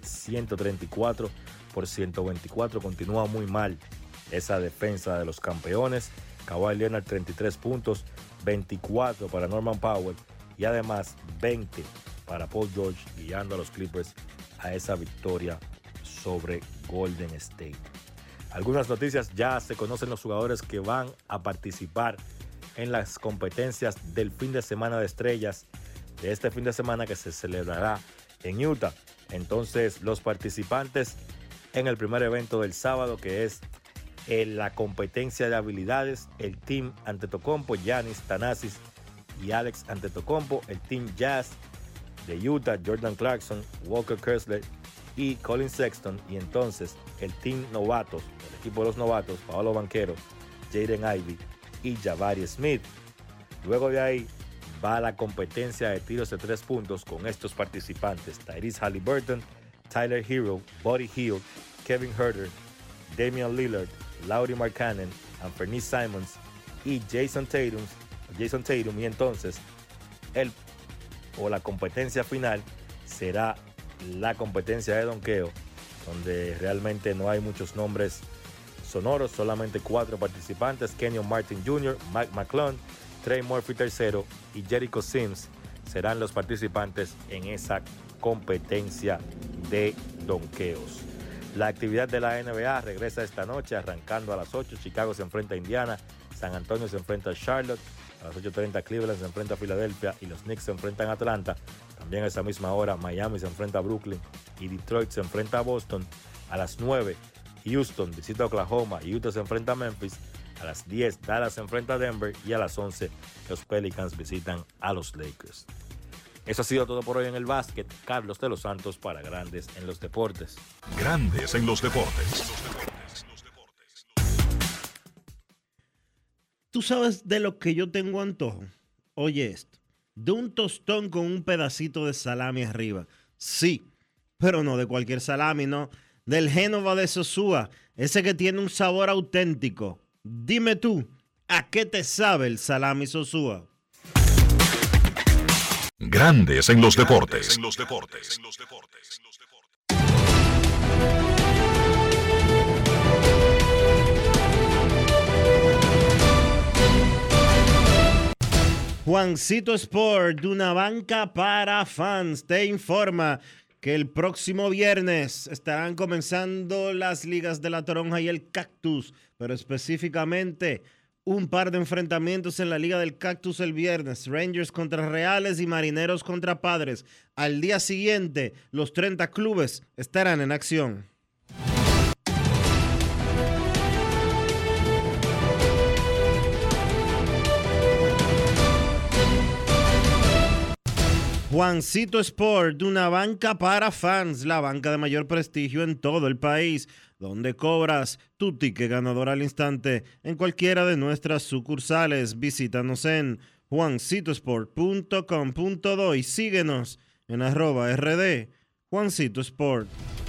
134 por 124. Continúa muy mal esa defensa de los campeones. Kawhi Leonard 33 puntos, 24 para Norman Powell y además 20 para Paul George, guiando a los Clippers a esa victoria sobre Golden State. Algunas noticias: ya se conocen los jugadores que van a participar en las competencias del fin de semana de estrellas de este fin de semana que se celebrará en Utah. Entonces, los participantes en el primer evento del sábado, que es la competencia de habilidades, el Team Antetokounmpo, Giannis, Thanasis y Alex Antetokounmpo. El Team Jazz de Utah, Jordan Clarkson, Walker Kessler y Colin Sexton. Y entonces el Team Novatos, el equipo de los novatos, Paolo Banchero, Jaden Ivey y Jabari Smith. Luego de ahí va la competencia de tiros de 3 puntos con estos participantes: Tyrese Haliburton, Tyler Hero, Buddy Hield, Kevin Huerter, Damian Lillard, Lauri Markkanen, Anthony Simons y Jason Tatum. Y entonces la competencia final será la competencia de donqueo, donde realmente no hay muchos nombres sonoros, solamente 4 participantes: Kenyon Martin Jr., Mike McClung, Trey Murphy III y Jericho Sims serán los participantes en esa competencia de donqueos. La actividad de la NBA regresa esta noche, arrancando a las 8. Chicago se enfrenta a Indiana, San Antonio se enfrenta a Charlotte, a las 8:30 Cleveland se enfrenta a Filadelfia y los Knicks se enfrentan a Atlanta. También a esa misma hora Miami se enfrenta a Brooklyn y Detroit se enfrenta a Boston. A las 9 Houston visita a Oklahoma y Utah se enfrenta a Memphis. A las 10 Dallas se enfrenta a Denver y a las 11 los Pelicans visitan a los Lakers. Eso ha sido todo por hoy en el básquet. Carlos de los Santos para Grandes en los Deportes. Grandes en los Deportes. ¿Tú sabes de lo que yo tengo antojo? Oye esto, de un tostón con un pedacito de salami arriba. Sí, pero no de cualquier salami, no. del Génova de Sosúa, ese que tiene un sabor auténtico. Dime tú, ¿a qué te sabe el salami Sosúa? Grandes en los deportes. Juancito Sport, de una banca para fans, te informa que el próximo viernes estarán comenzando las ligas de la Toronja y el Cactus, pero específicamente un par de enfrentamientos en la Liga del Cactus el viernes, Rangers contra Reales y Marineros contra Padres. Al día siguiente, los 30 clubes estarán en acción. Juancito Sport, una banca para fans, la banca de mayor prestigio en todo el país, donde cobras tu ticket ganador al instante en cualquiera de nuestras sucursales. Visítanos en juancitosport.com.do y síguenos en @RD Juancito Sport.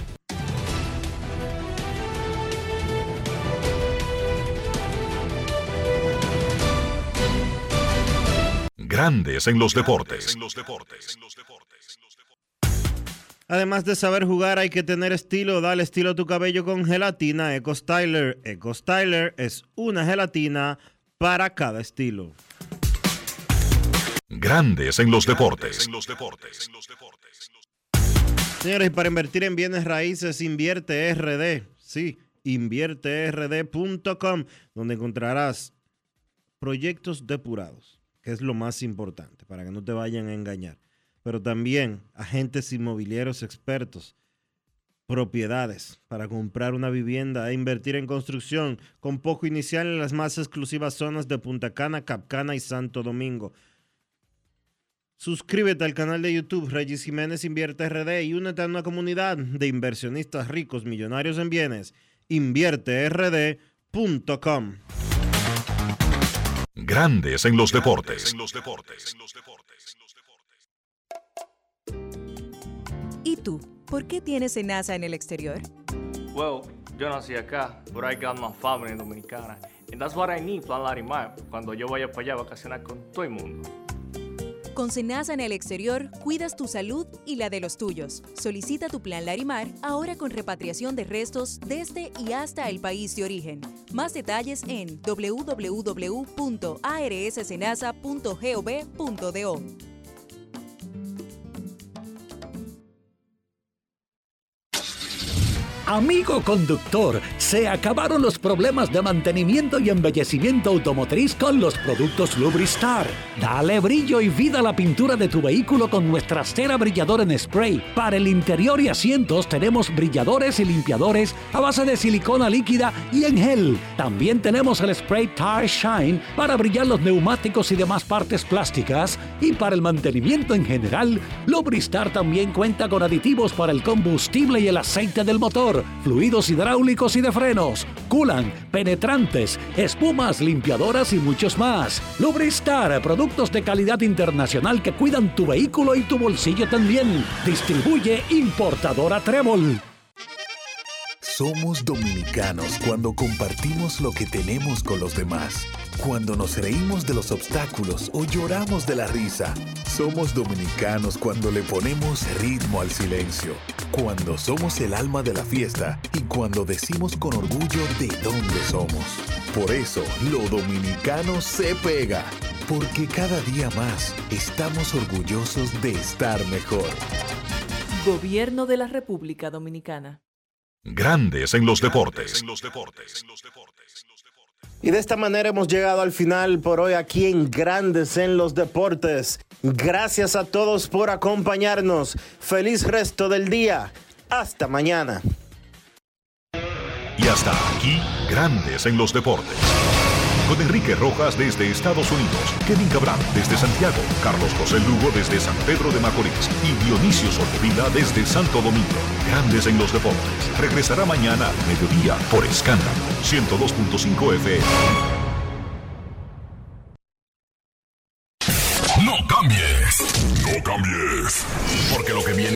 Grandes en los deportes. Además de saber jugar, hay que tener estilo. Dale estilo a tu cabello con gelatina Eco Styler. Eco Styler es una gelatina para cada estilo. Grandes en los deportes. Señores, y para invertir en bienes raíces, Invierte RD. Sí, invierterd.com, donde encontrarás proyectos depurados, que es lo más importante, para que no te vayan a engañar. Pero también agentes inmobiliarios expertos, propiedades para comprar una vivienda e invertir en construcción con poco inicial en las más exclusivas zonas de Punta Cana, Capcana y Santo Domingo. Suscríbete al canal de YouTube Regis Jiménez Invierte RD y únete a una comunidad de inversionistas ricos millonarios en bienes. invierterd.com. Grandes en los deportes. ¿Y tú? ¿Por qué tienes SENASA en el exterior? Well, yo nací acá, but I got my family en Dominicana. And that's what I need, Plan Larimar, cuando yo vaya para allá a vacacionar con todo el mundo. Con SENASA en el exterior, cuidas tu salud y la de los tuyos. Solicita tu plan Larimar ahora con repatriación de restos desde y hasta el país de origen. Más detalles en www.arssenasa.gov.do. Amigo conductor, se acabaron los problemas de mantenimiento y embellecimiento automotriz con los productos Lubristar. Dale brillo y vida a la pintura de tu vehículo con nuestra cera brilladora en spray. Para el interior y asientos tenemos brilladores y limpiadores a base de silicona líquida y en gel. También tenemos el spray Tire Shine para brillar los neumáticos y demás partes plásticas. Y para el mantenimiento en general, Lubristar también cuenta con aditivos para el combustible y el aceite del motor, fluidos hidráulicos y de frenos, culan, penetrantes, espumas, limpiadoras y muchos más. Lubristar, productos de calidad internacional que cuidan tu vehículo y tu bolsillo también. Distribuye importadora Trébol. Somos dominicanos cuando compartimos lo que tenemos con los demás. Cuando nos reímos de los obstáculos o lloramos de la risa. Somos dominicanos cuando le ponemos ritmo al silencio. Cuando somos el alma de la fiesta y cuando decimos con orgullo de dónde somos. Por eso, lo dominicano se pega. Porque cada día más estamos orgullosos de estar mejor. Gobierno de la República Dominicana. Grandes en los deportes. Y de esta manera hemos llegado al final por hoy aquí en Grandes en los Deportes. Gracias a todos por acompañarnos. Feliz resto del día. Hasta mañana. Y hasta aquí, Grandes en los Deportes. Con Enrique Rojas desde Estados Unidos, Kevin Cabral desde Santiago, Carlos José Lugo desde San Pedro de Macorís y Dionisio Solterida desde Santo Domingo. Grandes en los Deportes. Regresará mañana al mediodía por Escándalo 102.5 FM. No cambies. No cambies. Porque lo que viene